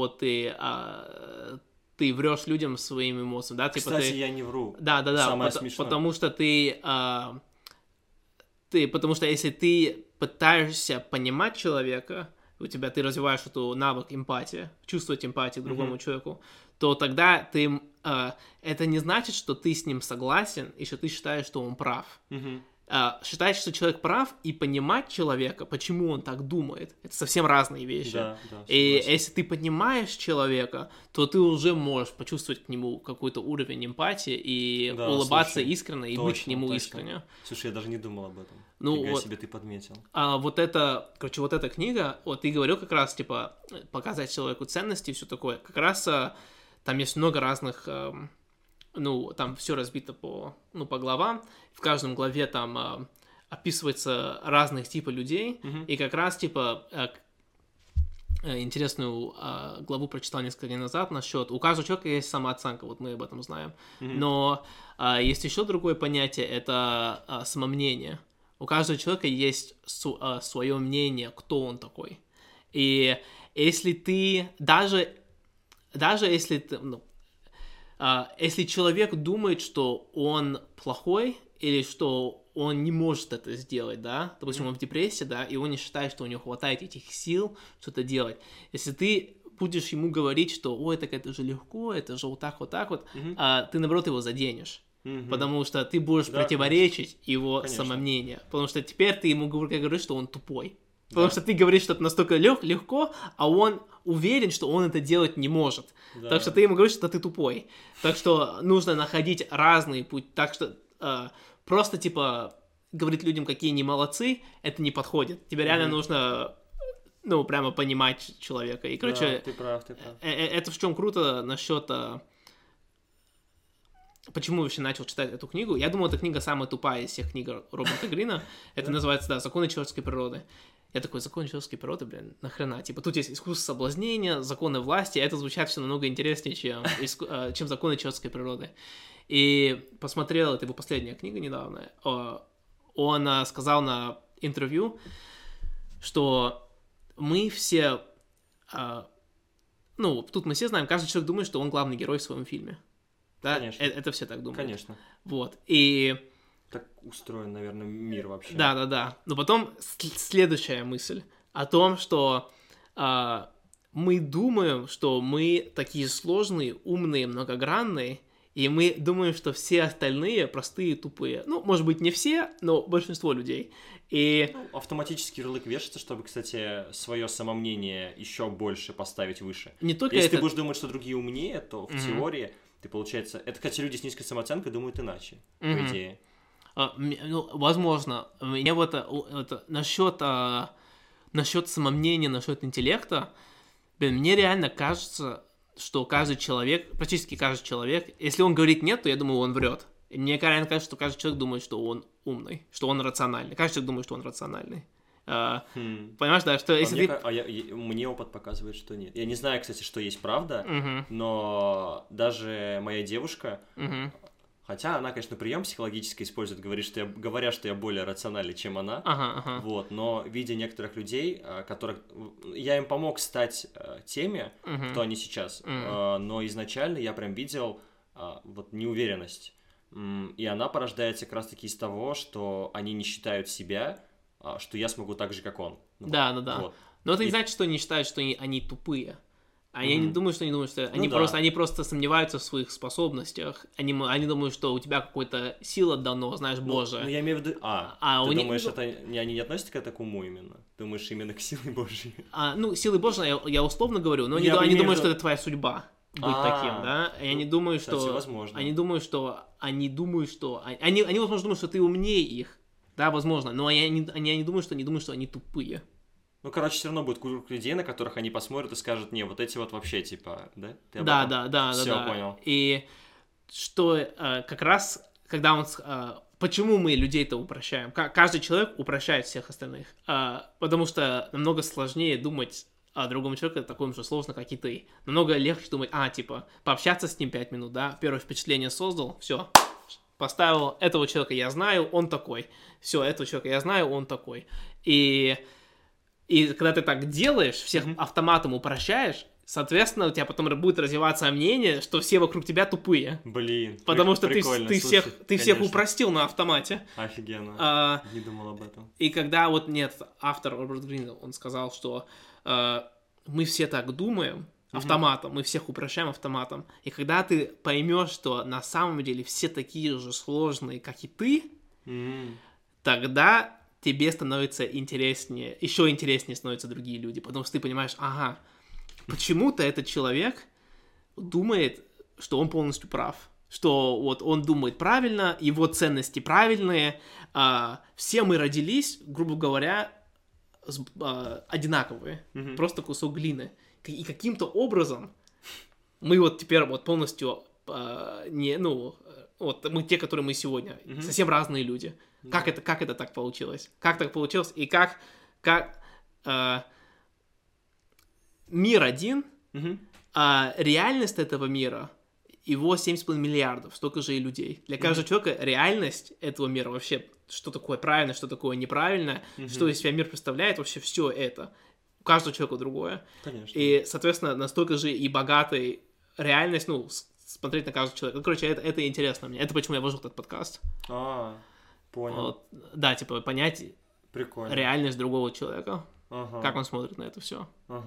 ты врешь людям своим эмоциям, да? Типа Кстати, я не вру. Да. Самое смешное. Потому что потому что если ты пытаешься понимать человека, ты развиваешь эту навык эмпатии, чувствовать эмпатию к другому человеку, то тогда это не значит, что ты с ним согласен, и что ты считаешь, что он прав. считать, что человек прав, и понимать человека, почему он так думает, это совсем разные вещи. Да, и если ты понимаешь человека, то ты уже можешь почувствовать к нему какой-то уровень эмпатии и улыбаться искренне и быть к нему искренне. Слушай, я даже не думал об этом. Фига себе ты подметил. Вот эта книга, вот ты говорил как раз, типа, показать человеку ценности и все такое. Как раз там есть много разных... там все разбито по главам. В каждом главе там описывается разных типов людей, и как раз, типа, интересную главу прочитал несколько дней назад насчет... У каждого человека есть самооценка, вот мы об этом знаем. Но есть еще другое понятие, это самомнение. У каждого человека есть свое мнение, кто он такой. И если ты... Даже если ты... если человек думает, что он плохой, или что он не может это сделать, да, допустим, он в депрессии, да, и он не считает, что у него хватает этих сил что-то делать, если ты будешь ему говорить, что, ой, так это же легко, это же вот так вот, ты, наоборот, его заденешь, потому что ты будешь противоречить его самомнению, потому что теперь ты ему говоришь, что он тупой. Потому что ты говоришь, что это настолько легко, а он уверен, что он это делать не может. Да. Так что ты ему говоришь, что ты тупой. Так что нужно находить разные пути. Так что просто, типа, говорить людям, какие они молодцы, это не подходит. Тебе реально нужно, прямо понимать человека. И, короче, ты прав. Это в чем круто насчет... Почему вообще начал читать эту книгу? Я думал, эта книга самая тупая из всех книг Роберта Грина. Это называется, «Законы человеческой природы». Я такой, законы человеческой природы, нахрена? Типа, тут есть искусство соблазнения, законы власти, а это звучит все намного интереснее, чем законы человеческой природы. И посмотрел, это его последняя книга недавно, он сказал на интервью, что мы все, тут мы все знаем, каждый человек думает, что он главный герой в своем фильме. Да? Конечно. Это все так думают. Конечно. Вот, и... Так устроен, наверное, мир вообще. Да. Но потом следующая мысль о том, что мы думаем, что мы такие сложные, умные, многогранные, и мы думаем, что все остальные простые, тупые. Может быть, не все, но большинство людей. И... автоматический ярлык вешается, чтобы, кстати, свое самомнение еще больше поставить выше. Не только Если ты будешь думать, что другие умнее, то в теории ты, получается... Это, кстати, люди с низкой самооценкой думают иначе, по идее. Возможно. Мне вот это насчет самомнения, насчет интеллекта, мне реально кажется, что практически каждый человек, если он говорит нет, то я думаю, он врет. И мне реально кажется, что каждый человек думает, что он умный, что он рациональный. Каждый человек думает, что он рациональный. Понимаешь, да, что если мне опыт показывает, что нет. Я не знаю, кстати, что есть правда, но даже моя девушка... Хотя она, конечно, прием психологический использует, говоря, что я более рациональный, чем она. Вот, но видя некоторых людей, которых я им помог стать теми, кто они сейчас, но изначально я прям видел вот неуверенность. И она порождается как раз-таки из того, что они не считают себя, что я смогу так же, как он. Да. Вот. Но это не значит, что они считают, что они тупые. Я не думаю, что они думают, что... Они просто сомневаются в своих способностях. Они думают, что у тебя какая-то сила дано, знаешь, Божия. Я имею в виду... ты думаешь, они не относятся к этому уму именно? Думаешь, именно к силе Божьей? Силы Божьей я условно говорю, но они думают, что это твоя судьба быть таким, да? И они думают, что... Кстати, возможно. Они, возможно, думают, что ты умнее их. Да, возможно. Но они не думают, что они тупые. Короче, все равно будет круг людей, на которых они посмотрят и скажут, не, вот эти вот вообще, типа, да? Да. Все, понял. И что как раз, когда он... Почему мы людей-то упрощаем? Каждый человек упрощает всех остальных. Потому что намного сложнее думать о другом человеке таком же сложно, как и ты. Намного легче думать, пообщаться с ним 5 минут, да? Первое впечатление создал, все. Поставил этого человека я знаю, он такой. Все, этого человека я знаю, он такой. И когда ты так делаешь, всех автоматом упрощаешь, соответственно, у тебя потом будет развиваться мнение, что все вокруг тебя тупые. Блин, потому что ты всех упростил на автомате. Офигенно. Не думал об этом. И когда автор Роберт Грин, он сказал, что мы все так думаем автоматом, мы всех упрощаем автоматом. И когда ты поймешь, что на самом деле все такие же сложные, как и ты, тогда тебе становится интереснее, еще интереснее становятся другие люди, потому что ты понимаешь, ага, почему-то этот человек думает, что он полностью прав, что вот он думает правильно, его ценности правильные, все мы родились, грубо говоря, одинаковые, просто кусок глины, и каким-то образом мы вот теперь вот полностью вот мы те, которые мы сегодня, совсем разные люди. Как это так получилось? Как так получилось? И как мир один, а реальность этого мира, его 7,5 миллиардов, столько же и людей. Для каждого человека реальность этого мира вообще, что такое правильно, что такое неправильно, что из себя мир представляет, вообще все это. У каждого человека другое. Конечно. И, соответственно, настолько же и богатой реальность, смотреть на каждого человека. Короче, это интересно мне. Это почему я вложил этот подкаст. Понял. Вот, да, понять Прикольно. реальность другого человека. Как он смотрит на это все.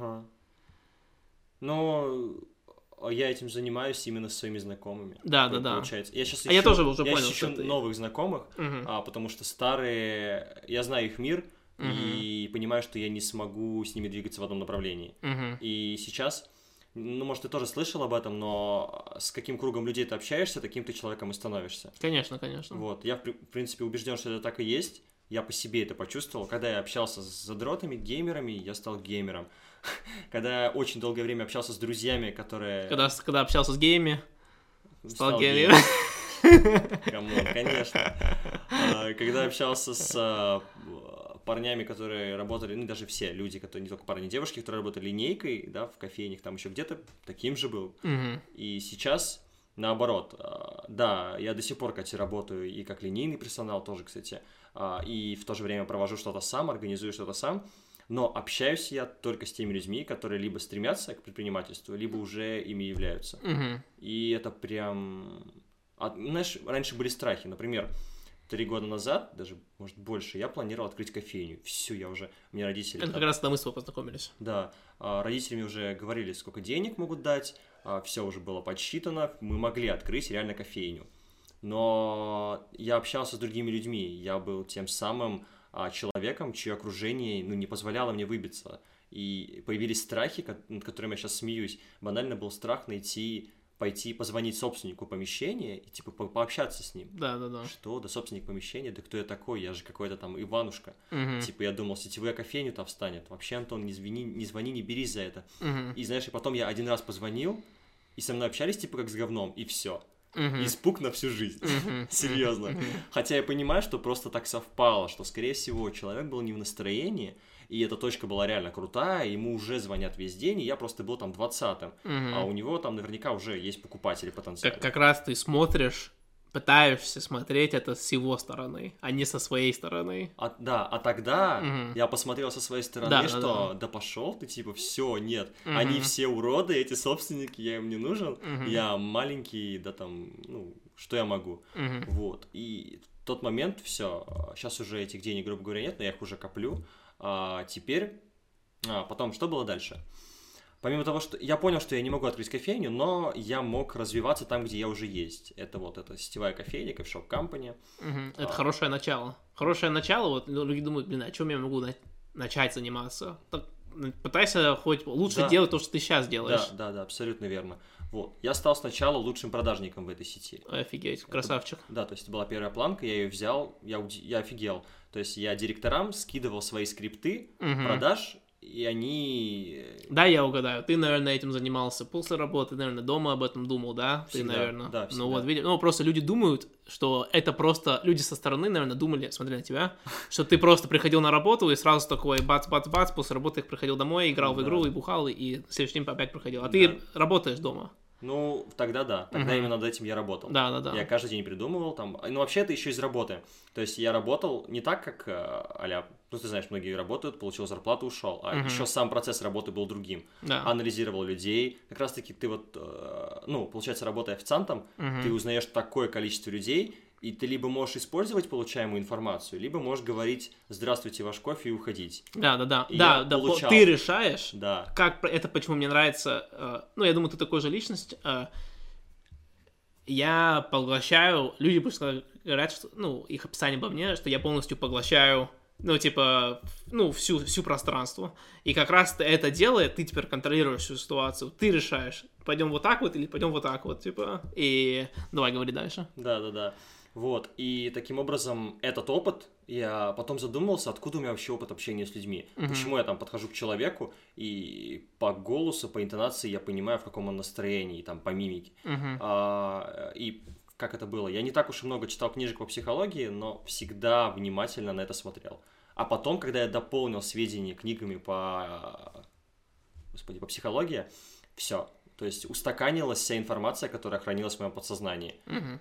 Но я этим занимаюсь именно с своими знакомыми. Да. Получается. Я сейчас я тоже уже понял, ищу новых знакомых, потому что старые, я знаю их мир, и понимаю, что я не смогу с ними двигаться в одном направлении. И сейчас, может, ты тоже слышал об этом, но с каким кругом людей ты общаешься, таким ты человеком и становишься. Конечно. Вот, я, в принципе, убежден, что это так и есть. Я по себе это почувствовал. Когда я общался с задротами, геймерами, я стал геймером. Когда я очень долгое время общался с друзьями, которые... Когда общался с гейми, стал геймером. Камон, конечно. Когда общался с парнями, которые работали, даже все люди, которые не только парни, девушки, которые работали линейкой, да, в кофейнях, там еще где-то, таким же был. И сейчас... Наоборот, да, я до сих пор, кстати, работаю и как линейный персонал тоже, кстати, и в то же время провожу что-то сам, организую что-то сам, но общаюсь я только с теми людьми, которые либо стремятся к предпринимательству, либо уже ими являются. И это прям... знаешь, раньше были страхи, например, 3 года назад, даже, может, больше, я планировал открыть кофейню. Все, я уже... Мне родители... Это как раз когда мы с тобой познакомились. Да, родители мне уже говорили, сколько денег могут дать, все уже было подсчитано, мы могли открыть реально кофейню. Но я общался с другими людьми, я был тем самым человеком, чье окружение не позволяло мне выбиться. И появились страхи, над которыми я сейчас смеюсь. Банально был страх пойти позвонить собственнику помещения и типа пообщаться с ним. Да. Что? Да собственник помещения? Да кто я такой? Я же какой-то там Иванушка. Типа я думал, сетевая кофейня там встанет. Вообще, Антон, не звони, не берись за это. И знаешь, и потом я один раз позвонил, и со мной общались типа как с говном, и все. Испуг на всю жизнь. Серьезно. Хотя я понимаю, что просто так совпало, что, скорее всего, человек был не в настроении, и эта точка была реально крутая, ему уже звонят весь день, и я просто был там 20-м, а у него там наверняка уже есть покупатели потенциальные. Как раз ты смотришь, пытаешься смотреть это с его стороны, а не со своей стороны. А тогда я посмотрел со своей стороны, да пошел ты, типа, все, нет, они все уроды, эти собственники, я им не нужен, я маленький, да там, что я могу, вот, и в тот момент все, сейчас уже этих денег, грубо говоря, нет, но я их уже коплю, теперь, потом, что было дальше? Помимо того, что я понял, что я не могу открыть кофейню, но я мог развиваться там, где я уже есть. Это сетевая кофейня, кофешоп компани. Это хорошее начало. Хорошее начало, вот люди думают, о чем я могу начать заниматься? Так, пытайся хоть лучше делать то, что ты сейчас делаешь. Да, абсолютно верно. Вот. Я стал сначала лучшим продажником в этой сети. Офигеть, красавчик. То есть это была первая планка, я ее взял, я офигел. То есть я директорам скидывал свои скрипты продаж, и они... Да, я угадаю. Ты, наверное, этим занимался после работы, ты, наверное, дома об этом думал, да? Всегда, ты, наверное. Да, всегда. Вот, видишь, просто люди думают, что это просто... Люди со стороны, наверное, думали, смотря на тебя, что ты просто приходил на работу и сразу такой бац-бац-бац, после работы приходил домой, играл в игру и бухал, и в следующий день опять приходил. А ты работаешь дома. Тогда да. Тогда именно над этим я работал. Да. Я каждый день придумывал там. Вообще это еще из работы. То есть я работал не так, как а-ля... ты знаешь, многие работают, получил зарплату, ушел. А еще сам процесс работы был другим. Да. Анализировал людей. Как раз-таки ты получается, работая официантом, ты узнаешь такое количество людей, и ты либо можешь использовать получаемую информацию, либо можешь говорить «Здравствуйте, ваш кофе» и уходить. Да. Ты решаешь, как это, почему мне нравится. Я думаю, ты такой же личность. Я поглощаю, люди просто говорят, что, их описание обо мне, что я полностью поглощаю, всю пространство. И как раз это делает, ты теперь контролируешь всю ситуацию, ты решаешь, пойдем вот так вот или пойдем вот так вот, и давай говори дальше. Да. Вот, и таким образом этот опыт, я потом задумался, откуда у меня вообще опыт общения с людьми. Почему я там подхожу к человеку, и по голосу, по интонации я понимаю, в каком он настроении, там, по мимике. И как это было? Я не так уж и много читал книжек по психологии, но всегда внимательно на это смотрел. А потом, когда я дополнил сведения книгами по психологии, все. То есть устаканилась вся информация, которая хранилась в моем подсознании.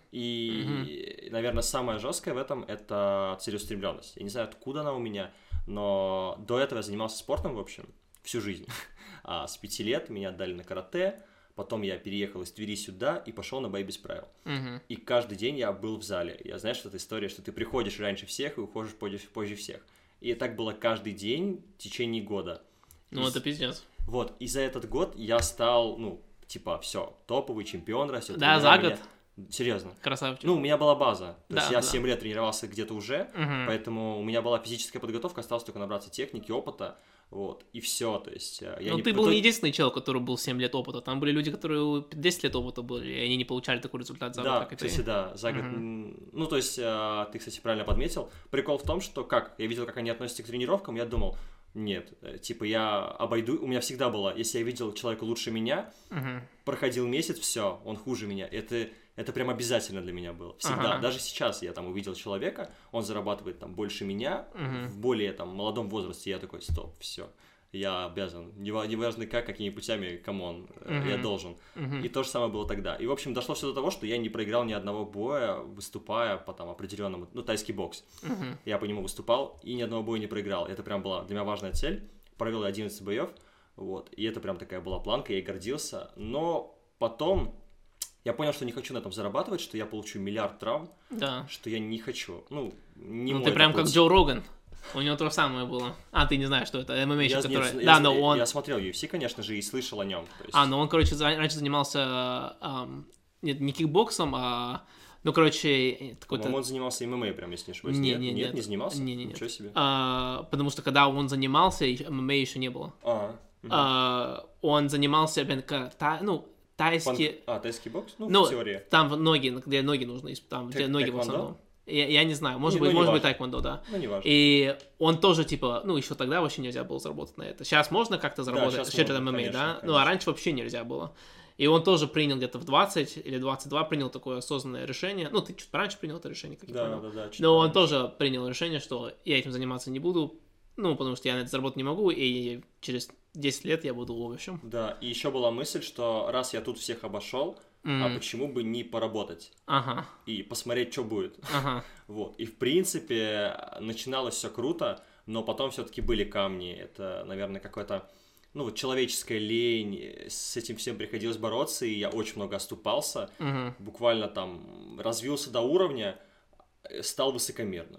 И, наверное, самое жесткое в этом — это целеустремленность. Я не знаю, откуда она у меня, но до этого я занимался спортом, в общем, всю жизнь. А с 5 лет меня отдали на карате, потом я переехал из Твери сюда и пошел на бои без правил. И каждый день я был в зале. Я знаю, что это история, что ты приходишь раньше всех и уходишь позже всех. И так было каждый день в течение года. Это пиздец. Вот, и за этот год я стал, все, топовый чемпион растет. Да, за год? Серьезно. Красавчик. У меня была база. То есть я 7 лет тренировался где-то уже, поэтому у меня была физическая подготовка, осталось только набраться техники, опыта, вот, и все, то есть... ты был не единственный человек, у которого был 7 лет опыта, там были люди, которые 10 лет опыта были, и они не получали такой результат за год, как и ты. За год. То есть, ты, кстати, правильно подметил. Прикол в том, что я видел, как они относятся к тренировкам, я думал, нет, я обойду, у меня всегда было, если я видел человека лучше меня, проходил месяц, все, он хуже меня, это прям обязательно для меня было, всегда, даже сейчас я там увидел человека, он зарабатывает там больше меня, в более там молодом возрасте, я такой, стоп, все, я обязан, неважно как, какими путями, камон, я должен. И то же самое было тогда. И, в общем, дошло все до того, что я не проиграл ни одного боя, выступая по там определенному, тайский бокс. Я по нему выступал и ни одного боя не проиграл. Это прям была для меня важная цель. Провел я 11 боев, вот, и это прям такая была планка, я и гордился. Но потом я понял, что не хочу на этом зарабатывать, что я получу миллиард травм, что я не хочу. Не мой ты прям как Джо Роган. У него то же самое было. Ты не знаешь, что это ММА-щик, который... Я смотрел UFC, конечно же, и слышал о нем. Но он, раньше занимался не кикбоксом, По-моему, он занимался ММА, прям, если не ошибаюсь. Нет, не занимался? Нет. Ничего себе. Потому что, когда он занимался, ММА еще не было. Он занимался, тайский... Тайский бокс? В теории. Там ноги, где ноги нужны, там, где ноги в основном. Я не знаю, может быть, тайквондо, да. Не важно. И он тоже, еще тогда вообще нельзя было заработать на это. Сейчас можно как-то заработать, сейчас это ММА, да? Конечно. А раньше вообще нельзя было. И он тоже принял где-то в 20 или 22, принял такое осознанное решение. Ты чуть пораньше принял это решение, как я понял. Но он тоже принял решение, что я этим заниматься не буду, потому что я на это заработать не могу, и через 10 лет я буду овощем. Да, и еще была мысль, что раз я тут всех обошел, а почему бы не поработать и посмотреть, что будет. Вот. И в принципе начиналось все круто, но потом все-таки были камни. Это, наверное, какое-то человеческая лень. С этим всем приходилось бороться, и я очень много оступался. Буквально там развился до уровня, стал высокомерным.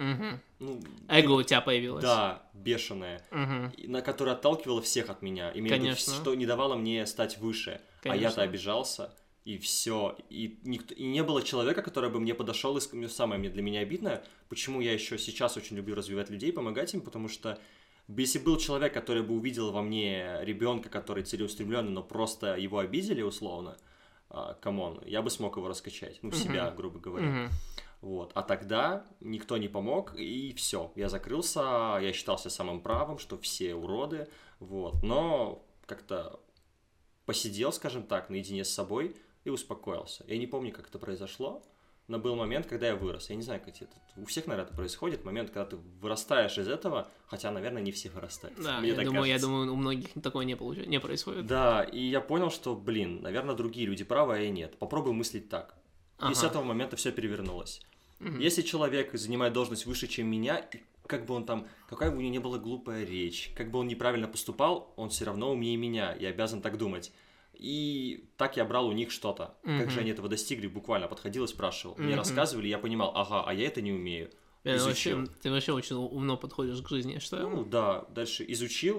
Эго у тебя появилось. Да, бешеное, на которое отталкивало всех от меня. Что не давало мне стать выше. Конечно. А я-то обижался. И все. И не было человека, который бы мне подошел. И самое для меня обидное, почему я еще сейчас очень люблю развивать людей, помогать им, потому что если был человек, который бы увидел во мне ребенка, который целеустремленный, но просто его обидели условно, камон, я бы смог его раскачать, себя, грубо говоря. Вот. А тогда никто не помог, и все. Я закрылся, я считался самым правым, что все уроды, вот. Но как-то посидел, скажем так, наедине с собой и успокоился. Я не помню, как это произошло, но был момент, когда я вырос. Я не знаю, как это... У всех, наверное, это происходит. Момент, когда ты вырастаешь из этого, хотя, наверное, не все вырастают. Да, я думаю, у многих такое не происходит. Да, и я понял, что, наверное, другие люди правы, а я нет. Попробуй мыслить так. И с этого момента все перевернулось. Если человек занимает должность выше, чем меня, как бы он там, какая бы у него ни была глупая речь, как бы он неправильно поступал, он все равно умнее меня, я обязан так думать. И так я брал у них что-то. Как же они этого достигли? Буквально подходил и спрашивал. Мне рассказывали, я понимал, а я это не умею. Изучил. Ты вообще очень умно подходишь к жизни, что? Да, дальше изучил.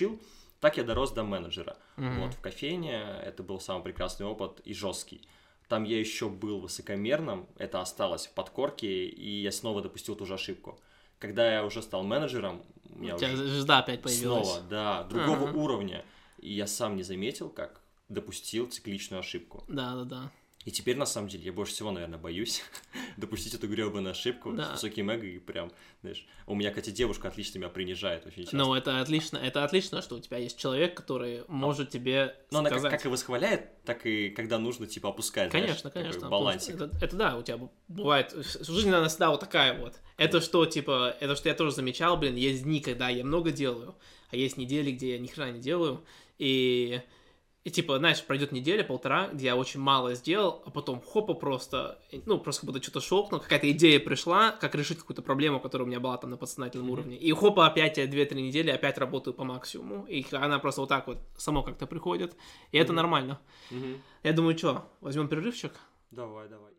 Так я дорос до менеджера. Вот, в кофейне это был самый прекрасный опыт и жесткий. там я еще был высокомерным, это осталось в подкорке, и я снова допустил ту же ошибку. Когда я уже стал менеджером, у меня уже звезда опять появилась. Снова, да, другого уровня. И я сам не заметил, как допустил цикличную ошибку. Да. И теперь, на самом деле, я больше всего, наверное, боюсь допустить эту гребаную ошибку с высоким эго, и прям, знаешь, у меня, кстати, девушка отлично меня принижает очень часто. Ну, это отлично, что у тебя есть человек, который может тебе сказать. Но она как и восхваляет, так и когда нужно, типа, опускать, конечно, знаешь, конечно. балансик. Это да, у тебя бывает, жизнь, наверное, всегда вот такая вот. Это что, типа, это что я тоже замечал, блин, есть дни, когда я много делаю, а есть недели, где я ни хрена не делаю, и типа, знаешь, пройдет неделя-полтора, где я очень мало сделал, а потом хопа просто как будто что-то щелкнул, какая-то идея пришла, как решить какую-то проблему, которая у меня была там на подсознательном уровне. И хопа, опять я 2-3 недели опять работаю по максимуму. И она просто вот так вот само как-то приходит. И это нормально. Я думаю, что, возьмем перерывчик? Давай.